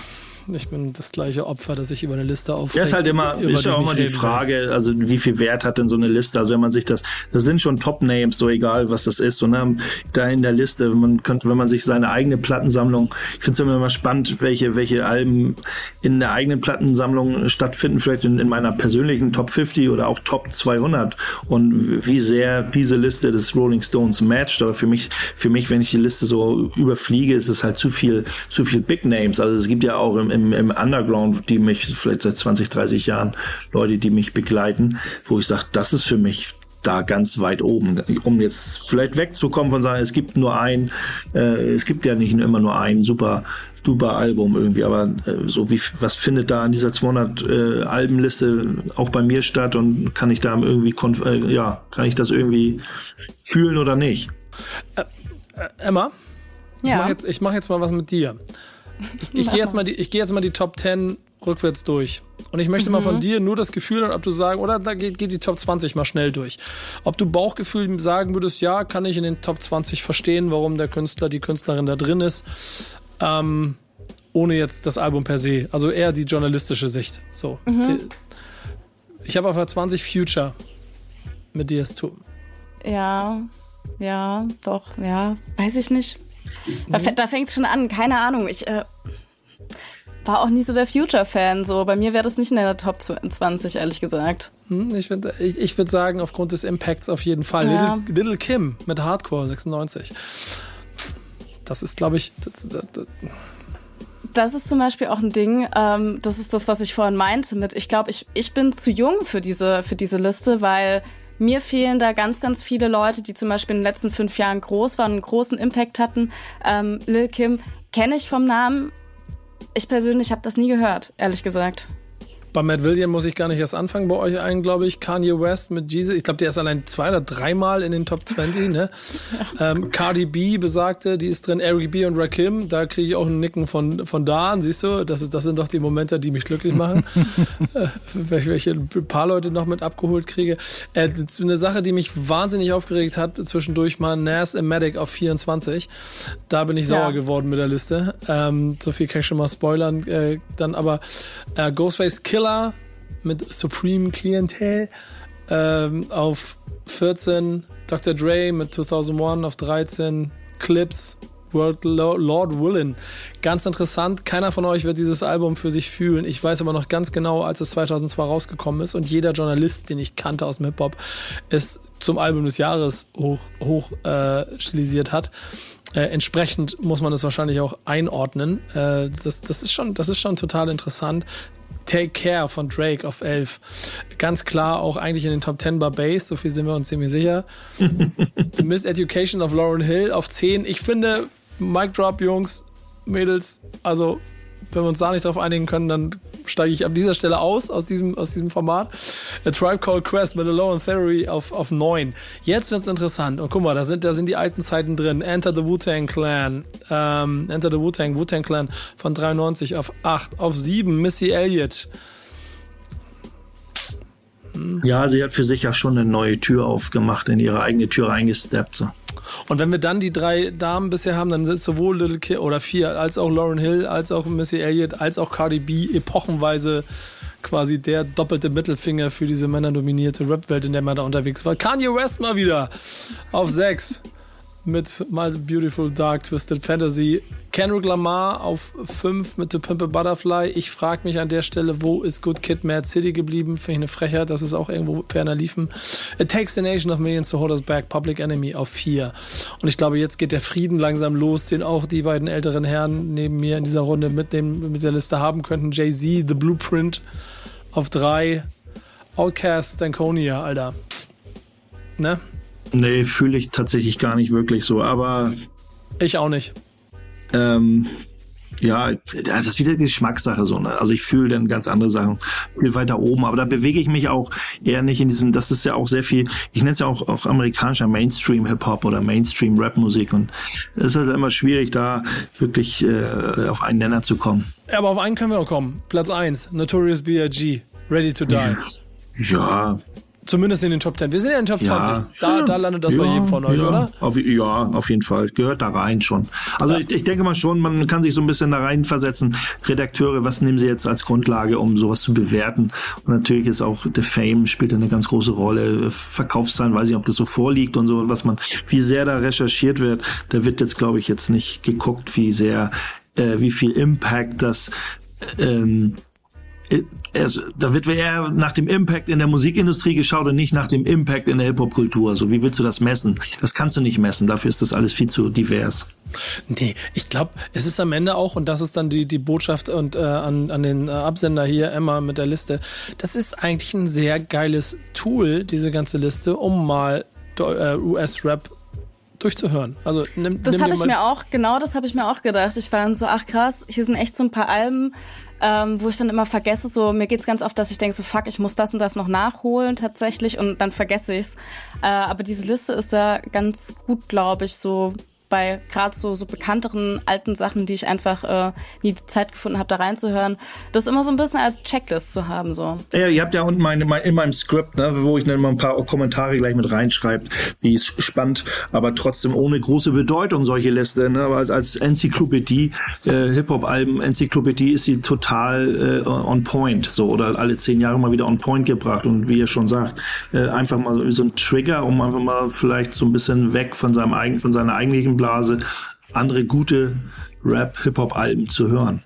Ich bin das gleiche Opfer, dass ich über eine Liste aufrege. Ja, ist halt immer, ist ja auch immer die Frage, also wie viel Wert hat denn so eine Liste? Also wenn man sich das sind schon Top-Names, so egal was das ist. Und da in der Liste, wenn man sich seine eigene Plattensammlung, ich finde es immer mal spannend, welche Alben in der eigenen Plattensammlung stattfinden, vielleicht in meiner persönlichen Top 50 oder auch Top 200 und wie sehr diese Liste des Rolling Stones matcht. Aber für mich, wenn ich die Liste so überfliege, ist es halt zu viel Big Names. Also es gibt ja auch im Underground, die mich vielleicht seit 20, 30 Jahren, Leute, die mich begleiten, wo ich sage, das ist für mich da ganz weit oben, um jetzt vielleicht wegzukommen von sagen, es gibt ja nicht immer nur ein super duper Album irgendwie, aber was findet da in dieser 200 Albenliste auch bei mir statt und kann ich da irgendwie kann ich das irgendwie fühlen oder nicht? Emma, Ja. ich mach jetzt mal was mit dir. Ich gehe jetzt mal die Top 10 rückwärts durch. Und ich möchte mal von dir nur das Gefühl, ob du sagen, oder da geht die Top 20 mal schnell durch. Ob du Bauchgefühl sagen würdest, ja, kann ich in den Top 20 verstehen, warum der Künstler, die Künstlerin da drin ist. Ohne jetzt das Album per se. Also eher die journalistische Sicht. So. Ich habe auf der 20 Future mit DS2. Ja, doch, ja, weiß ich nicht. Da fängt es schon an, keine Ahnung. Ich war auch nie so der Future-Fan. So. Bei mir wäre das nicht in der Top 20, ehrlich gesagt. Ich würde sagen, aufgrund des Impacts auf jeden Fall. Ja. Little Kim mit Hardcore 96. Das ist, glaube ich... Das ist zum Beispiel auch ein Ding, das ist das, was ich vorhin meinte mit, ich glaube, ich bin zu jung für diese Liste, weil mir fehlen da ganz, ganz viele Leute, die zum Beispiel in den letzten 5 Jahren groß waren, einen großen Impact hatten. Lil Kim kenne ich vom Namen. Ich persönlich habe das nie gehört, ehrlich gesagt. Bei Matt Williams muss ich gar nicht erst anfangen, bei euch allen, glaube ich. Kanye West mit Jesus. Ich glaube, der ist allein 2 oder 3 Mal in den Top 20. Ne? Cardi B besagte, die ist drin. Eric B. und Rakim. Da kriege ich auch ein Nicken von Dan. Siehst du, das sind doch die Momente, die mich glücklich machen. Welche ein paar Leute noch mit abgeholt kriege. Eine Sache, die mich wahnsinnig aufgeregt hat, zwischendurch mal Nas-Matic auf 24. Da bin ich sauer geworden mit der Liste. So viel kann ich schon mal spoilern. Dann aber Ghostface Killah mit Supreme Clientel auf 14, Dr. Dre mit 2001 auf 13, Clips, Lord Willin. Ganz interessant, keiner von euch wird dieses Album für sich fühlen. Ich weiß aber noch ganz genau, als es 2002 rausgekommen ist und jeder Journalist, den ich kannte aus dem Hip-Hop, es zum Album des Jahres hoch stilisiert hat. Entsprechend muss man es wahrscheinlich auch einordnen. Das ist schon total interessant. Take Care von Drake auf 11. Ganz klar auch eigentlich in den Top 10 bei Bass, so viel sind wir uns ziemlich sicher. The Miseducation of Lauryn Hill auf 10. Ich finde, Mic Drop, Jungs, Mädels, also wenn wir uns da nicht drauf einigen können, dann steige ich an dieser Stelle aus diesem Format. A Tribe Called Quest mit Alone in Theory auf 9. Jetzt wird's interessant. Und guck mal, da sind die alten Zeiten drin. Enter the Wu-Tang Clan. Wu-Tang Clan von 93 auf 8. Auf 7 Missy Elliott. Ja, sie hat für sich ja schon eine neue Tür aufgemacht, in ihre eigene Tür reingesteppt. So. Und wenn wir dann die 3 Damen bisher haben, dann sind sowohl Little Kim oder 4, als auch Lauryn Hill, als auch Missy Elliott, als auch Cardi B epochenweise quasi der doppelte Mittelfinger für diese männerdominierte Rap-Welt, in der man da unterwegs war. Kanye West mal wieder auf 6 mit My Beautiful Dark Twisted Fantasy. Kendrick Lamar auf 5 mit The Pimp a Butterfly. Ich frage mich an der Stelle, wo ist Good Kid, Mad City geblieben? Finde ich eine Frechheit, dass es auch irgendwo ferner liefen. It Takes the Nation of Millions to Hold Us Back, Public Enemy auf 4. Und ich glaube, jetzt geht der Frieden langsam los, den auch die beiden älteren Herren neben mir in dieser Runde mit der Liste haben könnten. Jay-Z, The Blueprint auf 3. Outkast, Stankonia, Alter. Ne? Nee, fühle ich tatsächlich gar nicht wirklich so, aber... Ich auch nicht. Ja, das ist wieder Geschmackssache so, ne? Also ich fühle dann ganz andere Sachen viel weiter oben, aber da bewege ich mich auch eher nicht in diesem, das ist ja auch sehr viel, ich nenne es ja auch amerikanischer Mainstream-Hip-Hop oder Mainstream-Rap-Musik und es ist halt immer schwierig, da wirklich auf einen Nenner zu kommen. Aber auf einen können wir auch kommen. Platz 1, Notorious B.I.G., Ready to Die. Ja, Zumindest in den Top 10. Wir sind ja in den Top 20. Da landet das bei jedem von euch, oder? Auf jeden Fall. Gehört da rein schon. Also ich denke mal schon, man kann sich so ein bisschen da reinversetzen. Redakteure, was nehmen sie jetzt als Grundlage, um sowas zu bewerten? Und natürlich ist auch der Fame spielt eine ganz große Rolle. Verkaufszahlen, weiß ich, ob das so vorliegt und so, wie sehr da recherchiert wird. Da wird jetzt, glaube ich, jetzt nicht geguckt, wie viel Impact das da wird eher nach dem Impact in der Musikindustrie geschaut und nicht nach dem Impact in der Hip-Hop-Kultur. So, wie willst du das messen? Das kannst du nicht messen. Dafür ist das alles viel zu divers. Nee, ich glaube, es ist am Ende auch, und das ist dann die Botschaft und an den Absender hier, Emma, mit der Liste. Das ist eigentlich ein sehr geiles Tool, diese ganze Liste, um mal US-Rap durchzuhören. Also das habe ich mir auch gedacht. Ich war dann so, ach krass, hier sind echt so ein paar Alben, wo ich dann immer vergesse, so mir geht's ganz oft, dass ich denke so, fuck, ich muss das und das noch nachholen tatsächlich und dann vergesse ich's. Aber diese Liste ist da ganz gut, glaube ich, so bei gerade so bekannteren alten Sachen, die ich einfach nie die Zeit gefunden habe, da reinzuhören. Das immer so ein bisschen als Checklist zu haben. So. Ja, ihr habt ja unten in meinem Skript, ne, wo ich dann immer ein paar Kommentare gleich mit reinschreibe, wie es spannend, aber trotzdem ohne große Bedeutung, solche Liste. Ne? Aber als Enzyklopädie, Hip-Hop-Alben-Enzyklopädie ist sie total on point. So, oder alle 10 Jahre mal wieder on point gebracht. Und wie ihr schon sagt, einfach mal so ein Trigger, um einfach mal vielleicht so ein bisschen weg von seiner eigentlichen Blase, andere gute Rap-Hip-Hop-Alben zu hören.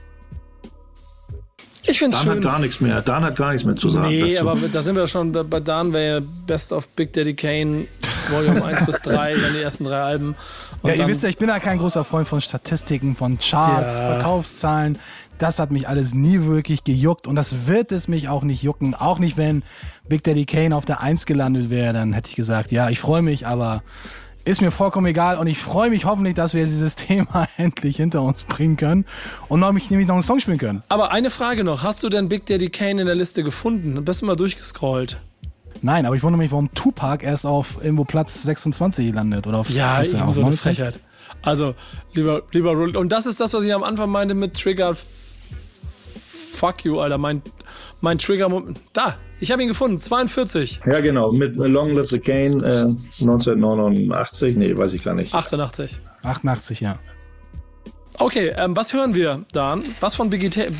Ich finde es schön. Dan hat gar nichts mehr zu sagen. Nee, dazu. aber da sind wir schon, bei Dan wäre Best of Big Daddy Kane, Volume 1 bis 3, dann die ersten 3 Alben. Und ja, ihr wisst ja, ich bin ja kein großer Freund von Statistiken, von Charts, Verkaufszahlen. Das hat mich alles nie wirklich gejuckt und das wird es mich auch nicht jucken. Auch nicht, wenn Big Daddy Kane auf der 1 gelandet wäre, dann hätte ich gesagt, ja, ich freue mich, aber ist mir vollkommen egal und ich freue mich hoffentlich, dass wir dieses Thema endlich hinter uns bringen können und nämlich noch einen Song spielen können. Aber eine Frage noch, hast du denn Big Daddy Kane in der Liste gefunden? Bist du mal durchgescrollt? Nein, aber ich wundere mich, warum Tupac erst auf irgendwo Platz 26 landet oder auf eben so eine Frechheit. Also, lieber Roll. Und das ist das, was ich am Anfang meinte mit Trigger. Fuck you, Alter. Mein Trigger. Da, ich habe ihn gefunden. 42. Ja, genau. Mit Long Live the Kane 1989. Nee, weiß ich gar nicht. 88, ja. Okay, was hören wir, Dan? Was von Biggie Kane?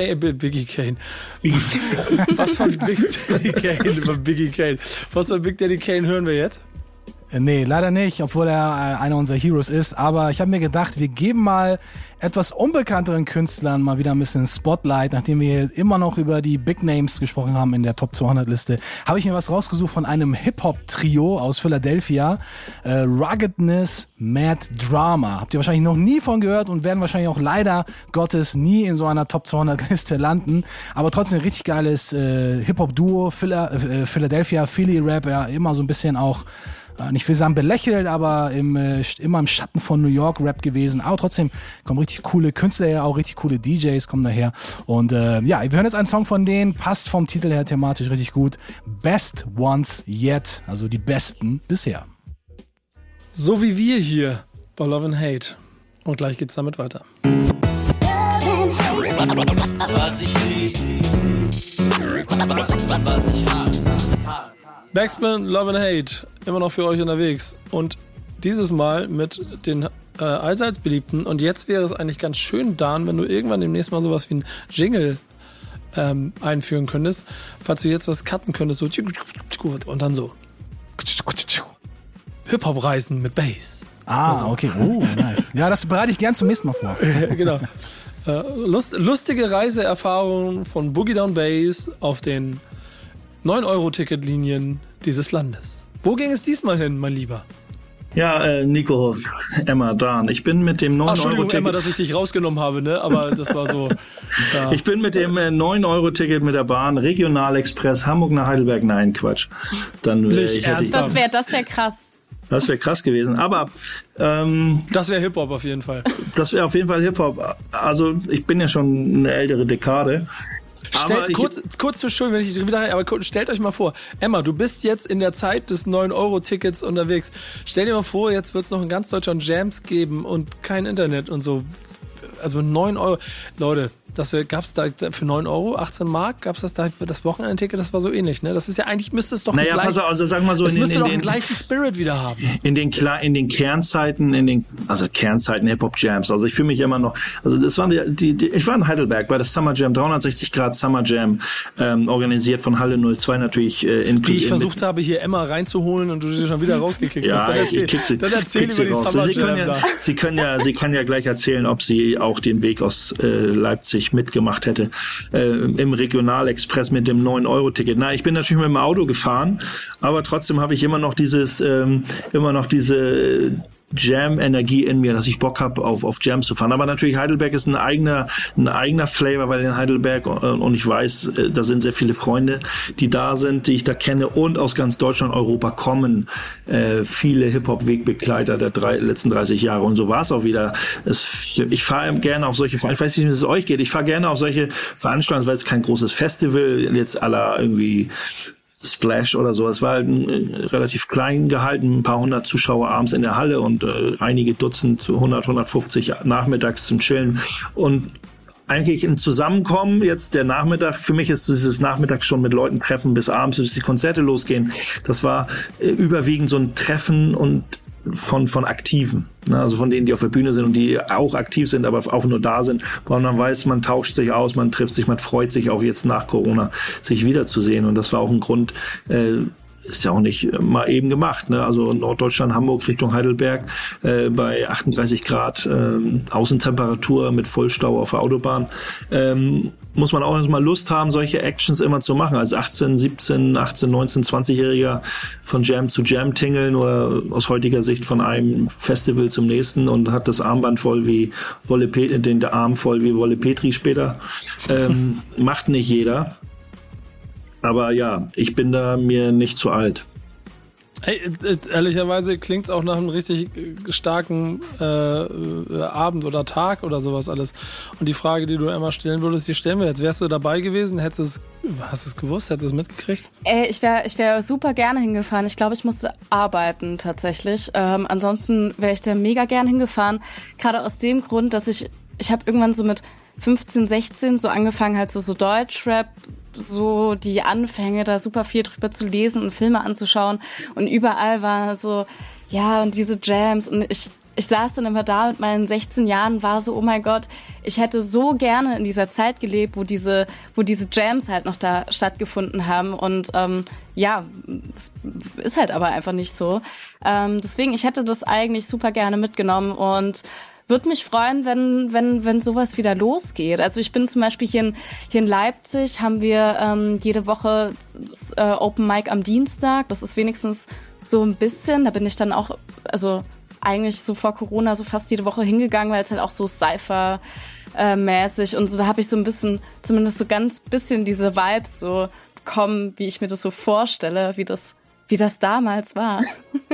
Was von Biggie Kane? Was von Big Daddy Kane hören wir jetzt? Nee, leider nicht, obwohl er einer unserer Heroes ist. Aber ich habe mir gedacht, wir geben mal etwas unbekannteren Künstlern mal wieder ein bisschen Spotlight. Nachdem wir immer noch über die Big Names gesprochen haben in der Top 200 Liste, habe ich mir was rausgesucht von einem Hip-Hop-Trio aus Philadelphia. Ruggedness, Mad Drama. Habt ihr wahrscheinlich noch nie von gehört und werden wahrscheinlich auch leider Gottes nie in so einer Top 200 Liste landen. Aber trotzdem ein richtig geiles Hip-Hop-Duo. Philadelphia, Philly-Rap, ja, immer so ein bisschen auch nicht will sagen belächelt, aber immer im Schatten von New York Rap gewesen. Aber trotzdem kommen richtig coole Künstler her, auch richtig coole DJs kommen daher. Und wir hören jetzt einen Song von denen, passt vom Titel her thematisch richtig gut. Best Ones Yet, also die besten bisher. So wie wir hier bei Love and Hate. Und gleich geht's damit weiter. Was ich lieb, was ich hasse. Backspin, Love and Hate, immer noch für euch unterwegs. Und dieses Mal mit den allseits beliebten. Und jetzt wäre es eigentlich ganz schön, Dan, wenn du irgendwann demnächst mal sowas wie ein Jingle einführen könntest. Falls du jetzt was cutten könntest, so und dann so. Hip-Hop-Reisen mit Bass. Okay. Oh, nice. Ja, das bereite ich gern zum nächsten Mal vor. Genau. Lustige Reiseerfahrungen von Boogie Down Bass auf den 9-Euro-Ticketlinien dieses Landes. Wo ging es diesmal hin, mein Lieber? Ja, Nico, Emma, Dan. Ich bin mit dem 9-Euro-Ticket... Entschuldigung, Emma, dass ich dich rausgenommen habe, ne? Aber das war so... Ja. Ich bin mit dem 9-Euro-Ticket mit der Bahn, Regionalexpress, Hamburg nach Heidelberg. Nein, Quatsch. Dann das wäre krass. Das wäre krass gewesen, aber... das wäre Hip-Hop auf jeden Fall. Das wäre auf jeden Fall Hip-Hop. Also, ich bin ja schon eine ältere Dekade. Kurz zu schön, wenn ich wieder, aber stellt euch mal vor, Emma, du bist jetzt in der Zeit des 9-Euro-Tickets unterwegs. Stell dir mal vor, jetzt wird es noch in ganz Deutschland Jams geben und kein Internet und so. Also 9 Euro. Leute, gab's da für 9 Euro, 18 Mark, gab's das da für das Wochenendticket, das war so ähnlich, ne? Das ist ja eigentlich, müsste es doch pass auf, also sagen wir so, es müsste doch den gleichen Spirit wieder haben. In den Kernzeiten, Kernzeiten Hip-Hop-Jams, also ich fühle mich immer noch, also das waren ich war in Heidelberg bei der Summer Jam, 360 Grad Summer Jam, organisiert von Halle 02 natürlich. Wie ich versucht habe, hier Emma reinzuholen und du sie schon wieder rausgekickt hast. Dann erzähl über die Summer Jam. Sie kann ja gleich erzählen, ob sie auch den Weg aus Leipzig mitgemacht hätte, im Regionalexpress mit dem 9-Euro-Ticket. Na, ich bin natürlich mit dem Auto gefahren, aber trotzdem habe ich immer noch diese Jam-Energie in mir, dass ich Bock habe, auf Jams zu fahren. Aber natürlich, Heidelberg ist ein eigener Flavor, weil in Heidelberg, und ich weiß, da sind sehr viele Freunde, die da sind, die ich da kenne, und aus ganz Deutschland, Europa kommen viele Hip-Hop-Wegbegleiter der letzten 30 Jahre. Und so war es auch wieder. Ich fahre gerne auf solche Veranstaltungen, ich weiß nicht, wie es euch geht, ich fahre gerne auf solche Veranstaltungen, weil es kein großes Festival, jetzt à la irgendwie Splash oder so. Es war halt relativ klein gehalten, ein paar hundert Zuschauer abends in der Halle und einige Dutzend, 150 nachmittags zum Chillen. Und eigentlich ein Zusammenkommen, jetzt der Nachmittag, für mich ist dieses Nachmittag schon mit Leuten treffen bis abends, bis die Konzerte losgehen. Das war überwiegend so ein Treffen und von Aktiven, ne? Also von denen, die auf der Bühne sind und die auch aktiv sind, aber auch nur da sind, weil man weiß, man tauscht sich aus, man trifft sich, man freut sich auch jetzt nach Corona, sich wiederzusehen. Und das war auch ein Grund, ist ja auch nicht mal eben gemacht, ne? Also Norddeutschland, Hamburg Richtung Heidelberg, bei 38 Grad Außentemperatur mit Vollstau auf der Autobahn, muss man auch erstmal Lust haben, solche Actions immer zu machen. Als 18, 17, 18, 19, 20-Jähriger von Jam zu Jam tingeln oder aus heutiger Sicht von einem Festival zum nächsten und hat das Armband voll wie der Arm voll wie Wolle Petri später. Macht nicht jeder. Aber ja, ich bin da mir nicht zu alt. Hey, ehrlicherweise klingt's auch nach einem richtig starken Abend oder Tag oder sowas alles. Und die Frage, die du immer stellen würdest, die stellen wir jetzt. Wärst du dabei gewesen? Hast du es gewusst? Hättest du es mitgekriegt? Ich wär super gerne hingefahren. Ich glaube, ich musste arbeiten tatsächlich. Ansonsten wäre ich da mega gern hingefahren. Gerade aus dem Grund, dass ich habe irgendwann so mit 15, 16 so angefangen, halt so Deutschrap, so die Anfänge, da super viel drüber zu lesen und Filme anzuschauen. Und überall war so, ja, und diese Jams. Und ich saß dann immer da mit meinen 16 Jahren, war so, oh mein Gott, ich hätte so gerne in dieser Zeit gelebt, wo diese Jams halt noch da stattgefunden haben. Und ja, ist halt aber einfach nicht so. Deswegen, ich hätte das eigentlich super gerne mitgenommen und würde mich freuen, wenn sowas wieder losgeht. Also ich bin zum Beispiel hier in Leipzig, haben wir jede Woche das Open Mic am Dienstag. Das ist wenigstens so ein bisschen, da bin ich dann auch, also eigentlich so vor Corona so fast jede Woche hingegangen, weil es halt auch so Cypher-mäßig und so, da habe ich so ein bisschen, zumindest so ganz bisschen diese Vibes so bekommen, wie ich mir das so vorstelle, wie das damals war.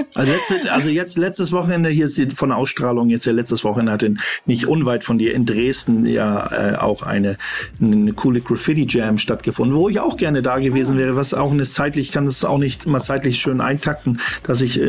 Also jetzt letztes Wochenende, hier ist von der Ausstrahlung, jetzt letztes Wochenende hat nicht unweit von dir in Dresden ja auch eine coole Graffiti-Jam stattgefunden, wo ich auch gerne da gewesen wäre, was auch ich kann es auch nicht immer zeitlich schön eintakten, dass ich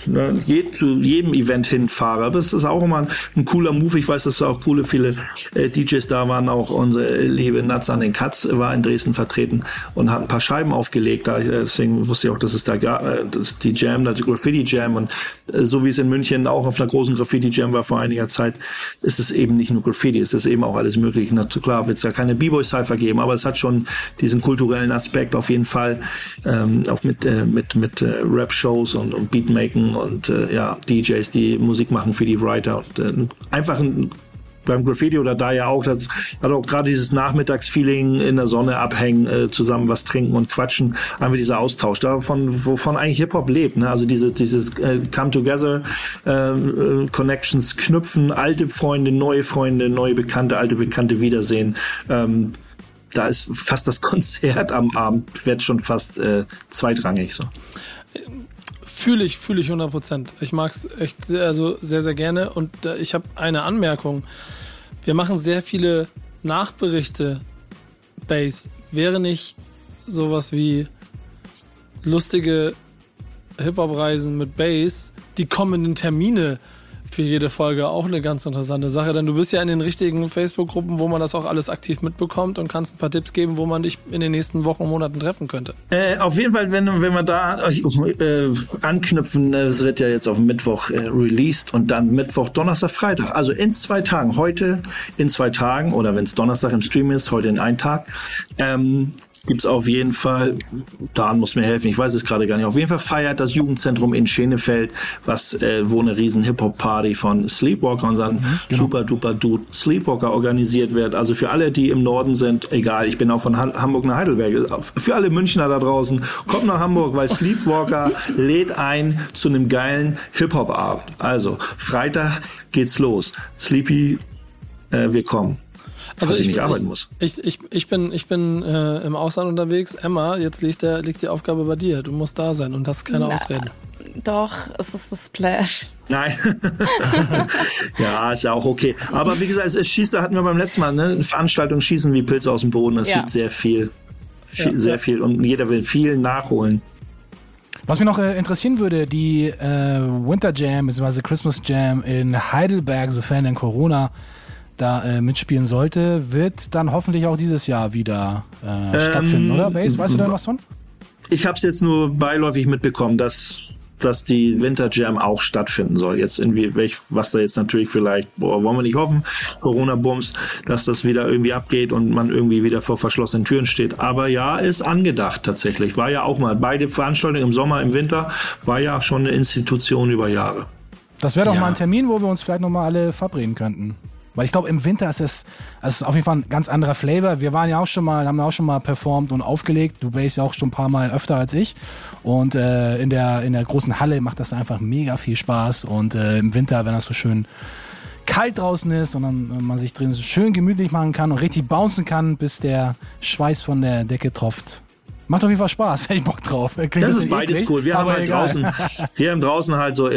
zu jedem Event hinfahre. Aber es ist auch immer ein cooler Move. Ich weiß, dass auch viele DJs da waren, auch unsere liebe Nuts an den Cuts war in Dresden vertreten und hat ein paar Scheiben aufgelegt. Deswegen wusste ich auch, dass es da gab. Die Jam, die Graffiti-Jam und so wie es in München auch auf einer großen Graffiti-Jam war vor einiger Zeit, ist es eben nicht nur Graffiti, es ist eben auch alles Mögliche. Na klar wird es ja keine B-Boy-Cypher geben, aber es hat schon diesen kulturellen Aspekt auf jeden Fall, auch mit Rap-Shows und Beatmaking und DJs, die Musik machen für die Writer und einfach beim Graffiti oder da ja auch, das hat auch gerade dieses Nachmittagsfeeling in der Sonne abhängen, zusammen was trinken und quatschen, einfach dieser Austausch, wovon eigentlich Hip-Hop lebt, ne? Also dieses Come Together, Connections knüpfen, alte Freunde, neue Bekannte, alte Bekannte wiedersehen. Da ist fast das Konzert am Abend, wird schon fast zweitrangig so. Fühle ich 100%. Ich mag es echt sehr, sehr gerne. Und ich habe eine Anmerkung. Wir machen sehr viele Nachberichte, Bass. Wäre nicht sowas wie lustige Hip-Hop-Reisen mit Bass, die kommenden Termine für jede Folge auch eine ganz interessante Sache, denn du bist ja in den richtigen Facebook-Gruppen, wo man das auch alles aktiv mitbekommt und kannst ein paar Tipps geben, wo man dich in den nächsten Wochen und Monaten treffen könnte. Auf jeden Fall, wenn wir da anknüpfen, es wird ja jetzt auf Mittwoch released und dann Mittwoch, Donnerstag, Freitag. Also in 2 Tagen. Heute in 2 Tagen oder wenn es Donnerstag im Stream ist, heute in 1 Tag. Gibt's auf jeden Fall, Dan muss mir helfen, ich weiß es gerade gar nicht, auf jeden Fall feiert das Jugendzentrum in Schenefeld, wo eine riesen Hip-Hop-Party von Sleepwalker, unseren super-duper-Dude Sleepwalker organisiert wird. Also für alle, die im Norden sind, egal, ich bin auch von Hamburg nach Heidelberg, für alle Münchner da draußen, kommt nach Hamburg, weil Sleepwalker lädt ein zu einem geilen Hip-Hop-Abend. Also, Freitag geht's los. Sleepy, wir kommen. Also ich nicht arbeiten muss. Ich bin im Ausland unterwegs. Emma, jetzt liegt die Aufgabe bei dir. Du musst da sein und hast keine Ausreden. Doch, es ist das Splash. Nein. Ja, ist ja auch okay. Aber wie gesagt, es schießt, da hatten wir beim letzten Mal, ne? Veranstaltungen schießen wie Pilze aus dem Boden. Es gibt sehr viel. Sehr viel. Und jeder will viel nachholen. Was mich noch interessieren würde, die Winter Jam bzw. Christmas Jam in Heidelberg, sofern denn Corona da mitspielen sollte, wird dann hoffentlich auch dieses Jahr wieder stattfinden, oder? Base, weißt du da was von? Ich habe es jetzt nur beiläufig mitbekommen, dass die Winter Jam auch stattfinden soll. Jetzt irgendwie, was da jetzt natürlich vielleicht, wollen wir nicht hoffen, Corona-Bums, dass das wieder irgendwie abgeht und man irgendwie wieder vor verschlossenen Türen steht. Aber ja, ist angedacht tatsächlich. War ja auch mal, beide Veranstaltungen im Sommer, im Winter, war ja schon eine Institution über Jahre. Das wäre doch mal ein Termin, wo wir uns vielleicht nochmal alle verabreden könnten. Weil ich glaube, im Winter ist es auf jeden Fall ein ganz anderer Flavor. Wir waren ja auch schon mal, haben auch schon mal performt und aufgelegt. Du bass ja auch schon ein paar Mal öfter als ich. Und in der großen Halle macht das einfach mega viel Spaß. Und im Winter, wenn das so schön kalt draußen ist und dann man sich drin so schön gemütlich machen kann und richtig bouncen kann, bis der Schweiß von der Decke tropft. Macht auf jeden Fall Spaß, hätte ich Bock drauf. Das ist beides eklig, cool. Wir haben halt draußen halt so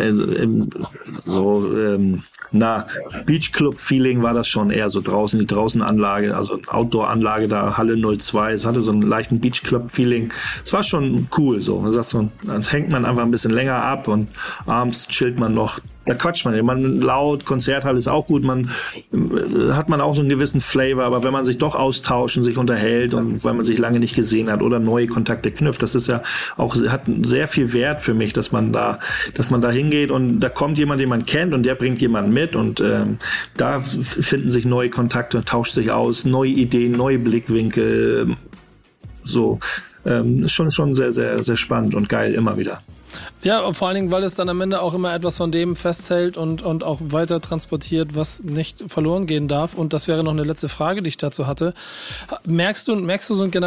Beachclub-Feeling war das schon eher so draußen, die Draußenanlage, also Outdoor-Anlage da, Halle 02, es hatte so einen leichten Beachclub-Feeling. Es war schon cool so. Man sagt so, dann hängt man einfach ein bisschen länger ab und abends chillt man noch. Da quatscht man laut, Konzerthalle ist auch gut, hat man auch so einen gewissen Flavor, aber wenn man sich doch austauscht und sich unterhält und weil man sich lange nicht gesehen hat oder neue Kontakte knüpft, das ist ja auch, hat sehr viel Wert für mich, dass man da hingeht und da kommt jemand, den man kennt und der bringt jemanden mit und da finden sich neue Kontakte, tauscht sich aus, neue Ideen, neue Blickwinkel, so, schon sehr, sehr, sehr spannend und geil immer wieder. Ja, vor allen Dingen, weil es dann am Ende auch immer etwas von dem festhält und auch weiter transportiert, was nicht verloren gehen darf. Und das wäre noch eine letzte Frage, die ich dazu hatte. Merkst du so einen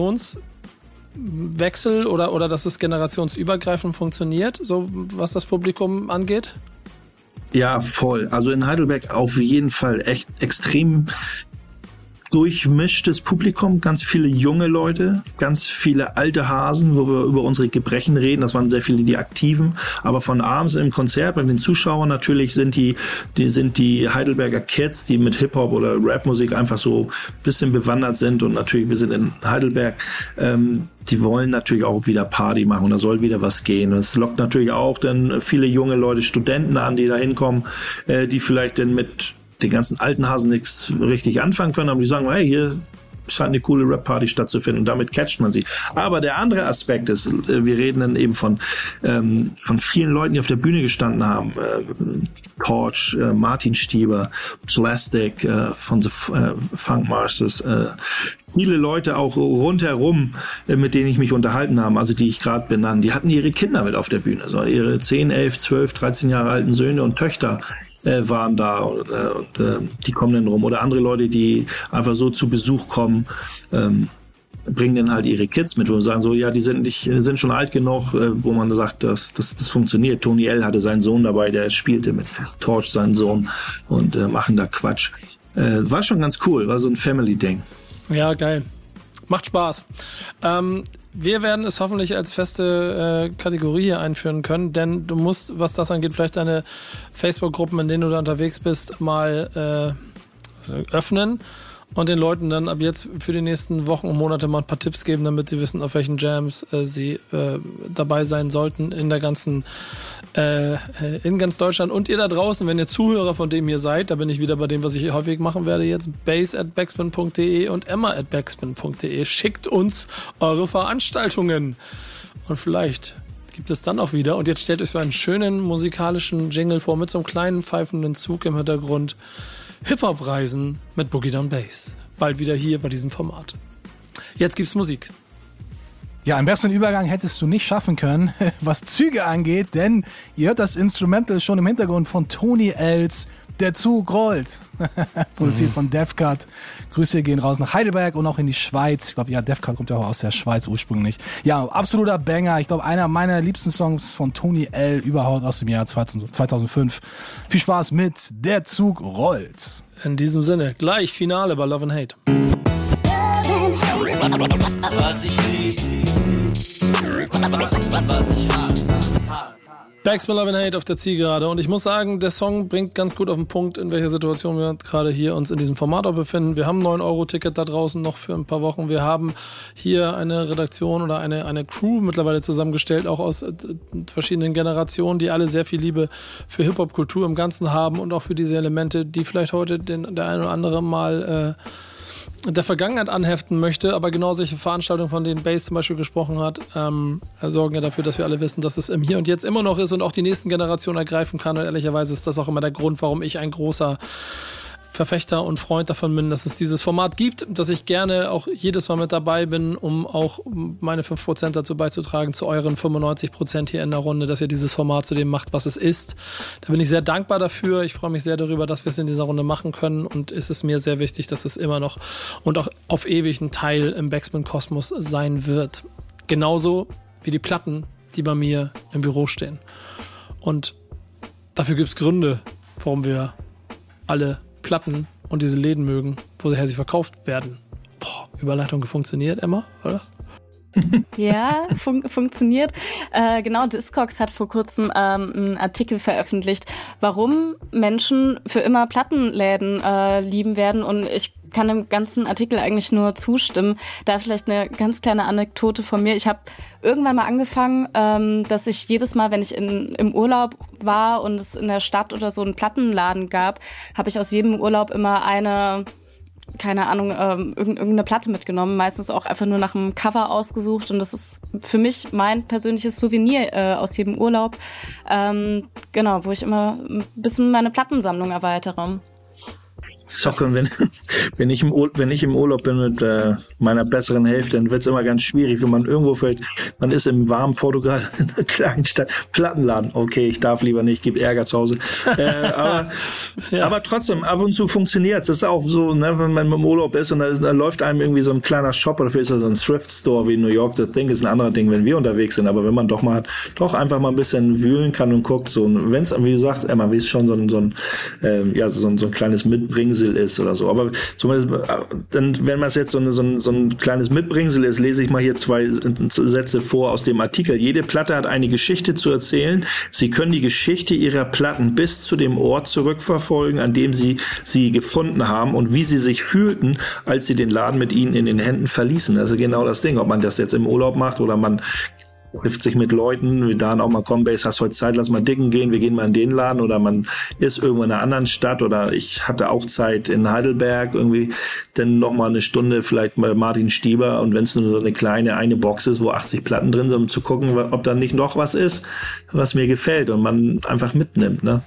Generationswechsel oder dass es generationsübergreifend funktioniert, so was das Publikum angeht? Ja, voll. Also in Heidelberg auf jeden Fall echt extrem durchmischtes Publikum, ganz viele junge Leute, ganz viele alte Hasen, wo wir über unsere Gebrechen reden. Das waren sehr viele die Aktiven, aber von abends im Konzert bei den Zuschauern natürlich sind die Heidelberger Kids, die mit Hip-Hop oder Rap-Musik einfach so ein bisschen bewandert sind und natürlich, wir sind in Heidelberg, die wollen natürlich auch wieder Party machen und da soll wieder was gehen. Das lockt natürlich auch dann viele junge Leute, Studenten an, die da hinkommen, die vielleicht dann mit den ganzen alten Hasen nichts richtig anfangen können, aber die sagen, hey, hier scheint eine coole Rap-Party stattzufinden und damit catcht man sie. Aber der andere Aspekt ist, wir reden dann eben von vielen Leuten, die auf der Bühne gestanden haben. Torch, Martin Stieber, Plastic von The Funk Masters, viele Leute auch rundherum, mit denen ich mich unterhalten habe, also die ich gerade benannt, die hatten ihre Kinder mit auf der Bühne, so ihre 10, 11, 12, 13 Jahre alten Söhne und Töchter waren da und die kommen dann rum. Oder andere Leute, die einfach so zu Besuch kommen, bringen dann halt ihre Kids mit, wo wir sagen so, ja, die sind schon alt genug, wo man sagt, das funktioniert. Tony L. hatte seinen Sohn dabei, der spielte mit Torch, seinen Sohn, und machen da Quatsch. War schon ganz cool, war so ein Family-Ding. Ja, geil. Macht Spaß. Wir werden es hoffentlich als feste Kategorie hier einführen können, denn du musst, was das angeht, vielleicht deine Facebook-Gruppen, in denen du da unterwegs bist, mal öffnen und den Leuten dann ab jetzt für die nächsten Wochen und Monate mal ein paar Tipps geben, damit sie wissen, auf welchen Jams sie dabei sein sollten in der ganzen in ganz Deutschland. Und ihr da draußen, wenn ihr Zuhörer von dem hier seid, da bin ich wieder bei dem, was ich häufig machen werde jetzt, bass@backspin.de und emma@backspin.de. Schickt uns eure Veranstaltungen. Und vielleicht gibt es dann auch wieder. Und jetzt stellt euch so einen schönen musikalischen Jingle vor mit so einem kleinen pfeifenden Zug im Hintergrund. Hip-Hop-Reisen mit Boogie Down Bass. Bald wieder hier bei diesem Format. Jetzt gibt's Musik. Ja, einen besseren Übergang hättest du nicht schaffen können, was Züge angeht, denn ihr hört das Instrumental schon im Hintergrund von Tony Els Der Zug rollt. Produziert von Defcat. Grüße gehen raus nach Heidelberg und auch in die Schweiz. Ich glaube, ja, Defcat kommt ja auch aus der Schweiz ursprünglich. Ja, absoluter Banger. Ich glaube, einer meiner liebsten Songs von Tony L. überhaupt aus dem Jahr 2005. Viel Spaß mit Der Zug rollt. In diesem Sinne, gleich Finale bei Love and Hate. Was ich lieb, was ich hasse. Backspin Love and Hate auf der Zielgerade. Und ich muss sagen, der Song bringt ganz gut auf den Punkt, in welcher Situation wir gerade hier uns in diesem Format auch befinden. Wir haben ein 9-Euro-Ticket da draußen noch für ein paar Wochen. Wir haben hier eine Redaktion oder eine Crew mittlerweile zusammengestellt, auch aus verschiedenen Generationen, die alle sehr viel Liebe für Hip-Hop-Kultur im Ganzen haben und auch für diese Elemente, die vielleicht heute der eine oder andere mal der Vergangenheit anheften möchte, aber genau solche Veranstaltungen, von denen Bass zum Beispiel gesprochen hat, sorgen ja dafür, dass wir alle wissen, dass es im Hier und Jetzt immer noch ist und auch die nächsten Generationen ergreifen kann. Und ehrlicherweise ist das auch immer der Grund, warum ich ein großer Verfechter und Freund davon bin, dass es dieses Format gibt, dass ich gerne auch jedes Mal mit dabei bin, um auch meine 5% dazu beizutragen, zu euren 95% hier in der Runde, dass ihr dieses Format zu dem macht, was es ist. Da bin ich sehr dankbar dafür. Ich freue mich sehr darüber, dass wir es in dieser Runde machen können und es ist mir sehr wichtig, dass es immer noch und auch auf ewig ein Teil im Backspin-Kosmos sein wird. Genauso wie die Platten, die bei mir im Büro stehen. Und dafür gibt es Gründe, warum wir alle Platten und diese Läden mögen, woher sie verkauft werden. Boah, Überleitung funktioniert, Emma, oder? Ja, funktioniert. Genau, Discogs hat vor kurzem einen Artikel veröffentlicht, warum Menschen für immer Plattenläden lieben werden. Und ich kann dem ganzen Artikel eigentlich nur zustimmen. Da vielleicht eine ganz kleine Anekdote von mir. Ich habe irgendwann mal angefangen, dass ich jedes Mal, wenn ich im Urlaub war und es in der Stadt oder so einen Plattenladen gab, habe ich aus jedem Urlaub immer eine, keine Ahnung, irgendeine Platte mitgenommen, meistens auch einfach nur nach einem Cover ausgesucht und das ist für mich mein persönliches Souvenir aus jedem Urlaub, genau, wo ich immer ein bisschen meine Plattensammlung erweitere. Wenn ich im Urlaub bin mit meiner besseren Hälfte, dann wird es immer ganz schwierig, wenn man irgendwo fällt, man ist im warmen Portugal, in einer kleinen Stadt, Plattenladen, okay, ich darf lieber nicht, gibt Ärger zu Hause. Aber trotzdem, ab und zu funktioniert es. Das ist auch so, ne, wenn man im Urlaub ist und da läuft einem irgendwie so ein kleiner Shop oder vielleicht so ein Thrift Store wie in New York, das Ding ist ein anderer Ding, wenn wir unterwegs sind, aber wenn man doch einfach mal ein bisschen wühlen kann und guckt, so, wenn es, wie du sagst, Emma, wie es schon so ein kleines Mitbringsel ist oder so. Aber zumindest, dann, wenn man es jetzt so ein kleines Mitbringsel ist, lese ich mal hier 2 Sätze vor aus dem Artikel. Jede Platte hat eine Geschichte zu erzählen. Sie können die Geschichte ihrer Platten bis zu dem Ort zurückverfolgen, an dem sie gefunden haben und wie sie sich fühlten, als sie den Laden mit ihnen in den Händen verließen. Das ist genau das Ding, ob man das jetzt im Urlaub macht oder man trifft sich mit Leuten, wie dann auch mal Combase, hast heute Zeit, lass mal dicken gehen, wir gehen mal in den Laden oder man ist irgendwo in einer anderen Stadt oder ich hatte auch Zeit in Heidelberg irgendwie, dann nochmal eine Stunde vielleicht mal Martin Stieber und wenn es nur so eine Box ist, wo 80 Platten drin sind, um zu gucken, ob da nicht noch was ist, was mir gefällt und man einfach mitnimmt, ne?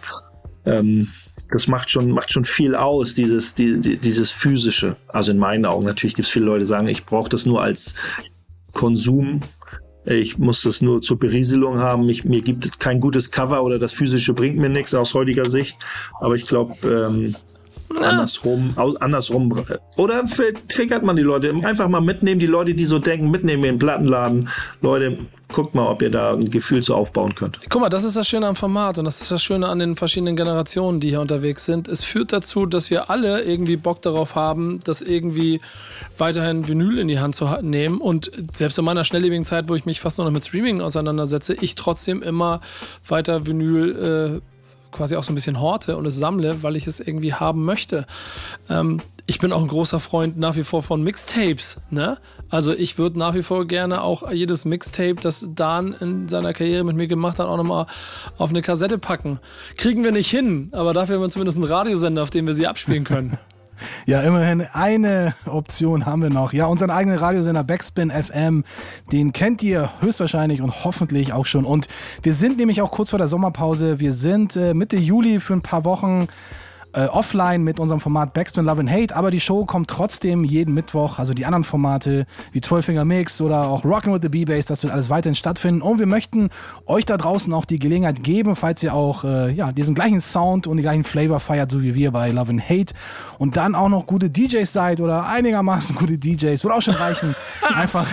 Das macht schon viel aus, dieses Physische. Also in meinen Augen, natürlich gibt es viele Leute, die sagen, ich brauche das nur als Konsum. Ich muss das nur zur Berieselung haben. Mir gibt kein gutes Cover oder das Physische bringt mir nichts aus heutiger Sicht. Aber ich glaube, andersrum. Oder triggert man die Leute. Einfach mal mitnehmen, die Leute, die so denken, mitnehmen in den Plattenladen. Leute, guckt mal, ob ihr da ein Gefühl zu aufbauen könnt. Guck mal, das ist das Schöne am Format und das ist das Schöne an den verschiedenen Generationen, die hier unterwegs sind. Es führt dazu, dass wir alle irgendwie Bock darauf haben, das irgendwie weiterhin Vinyl in die Hand zu nehmen und selbst in meiner schnelllebigen Zeit, wo ich mich fast nur noch mit Streaming auseinandersetze, ich trotzdem immer weiter Vinyl quasi auch so ein bisschen horte und es sammle, weil ich es irgendwie haben möchte. Ich bin auch ein großer Freund nach wie vor von Mixtapes, ne? Also ich würde nach wie vor gerne auch jedes Mixtape, das Dan in seiner Karriere mit mir gemacht hat, auch nochmal auf eine Kassette packen. Kriegen wir nicht hin, aber dafür haben wir zumindest einen Radiosender, auf dem wir sie abspielen können. Ja, immerhin eine Option haben wir noch. Ja, unseren eigenen Radiosender Backspin FM, den kennt ihr höchstwahrscheinlich und hoffentlich auch schon. Und wir sind nämlich auch kurz vor der Sommerpause. Wir sind Mitte Juli für ein paar Wochen offline mit unserem Format Backspin Love and Hate, aber die Show kommt trotzdem jeden Mittwoch, also die anderen Formate wie 12-Finger Mix oder auch Rockin' with the B-Bass, das wird alles weiterhin stattfinden und wir möchten euch da draußen auch die Gelegenheit geben, falls ihr auch diesen gleichen Sound und den gleichen Flavor feiert, so wie wir bei Love and Hate und dann auch noch gute DJs seid oder einigermaßen gute DJs, würde auch schon reichen, einfach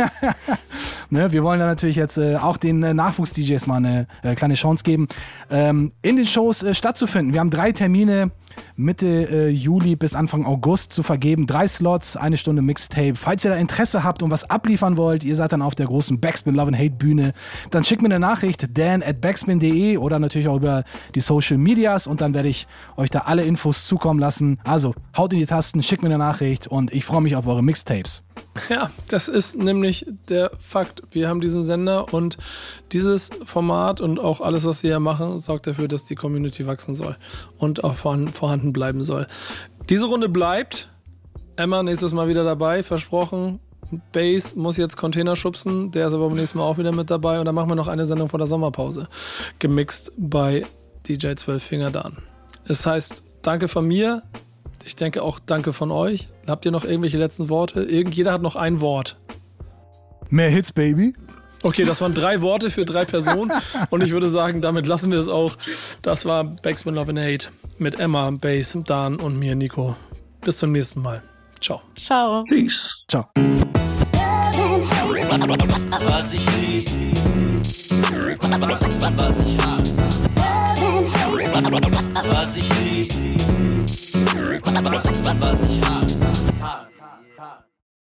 ne, wir wollen da natürlich jetzt auch den Nachwuchs-DJs mal eine kleine Chance geben, in den Shows stattzufinden. Wir haben 3 Termine Mitte Juli bis Anfang August zu vergeben. 3 Slots, 1 Stunde Mixtape. Falls ihr da Interesse habt und was abliefern wollt, ihr seid dann auf der großen Backspin Love and Hate Bühne, dann schickt mir eine Nachricht, dan@backspin.de oder natürlich auch über die Social Medias und dann werde ich euch da alle Infos zukommen lassen. Also haut in die Tasten, schickt mir eine Nachricht und ich freue mich auf eure Mixtapes. Ja, das ist nämlich der Fakt. Wir haben diesen Sender und dieses Format und auch alles, was wir hier machen, sorgt dafür, dass die Community wachsen soll und auch vorhanden bleiben soll. Diese Runde bleibt. Emma nächstes Mal wieder dabei, versprochen. Bass muss jetzt Container schubsen, der ist aber beim nächsten Mal auch wieder mit dabei und dann machen wir noch eine Sendung vor der Sommerpause. Gemixt bei DJ 12-Finger Dan. Es heißt, danke von mir. Ich denke auch danke von euch. Habt ihr noch irgendwelche letzten Worte? Jeder hat noch ein Wort. Mehr Hits, Baby. Okay, das waren 3 Worte für 3 Personen. Und ich würde sagen, damit lassen wir es auch. Das war Backspin Love and Hate mit Emma, Bass, Dan und mir, Nico. Bis zum nächsten Mal. Ciao. Ciao. Peace. Ciao. Was ich lieb, was ich hasse. Was ich lieb, was ich hasse.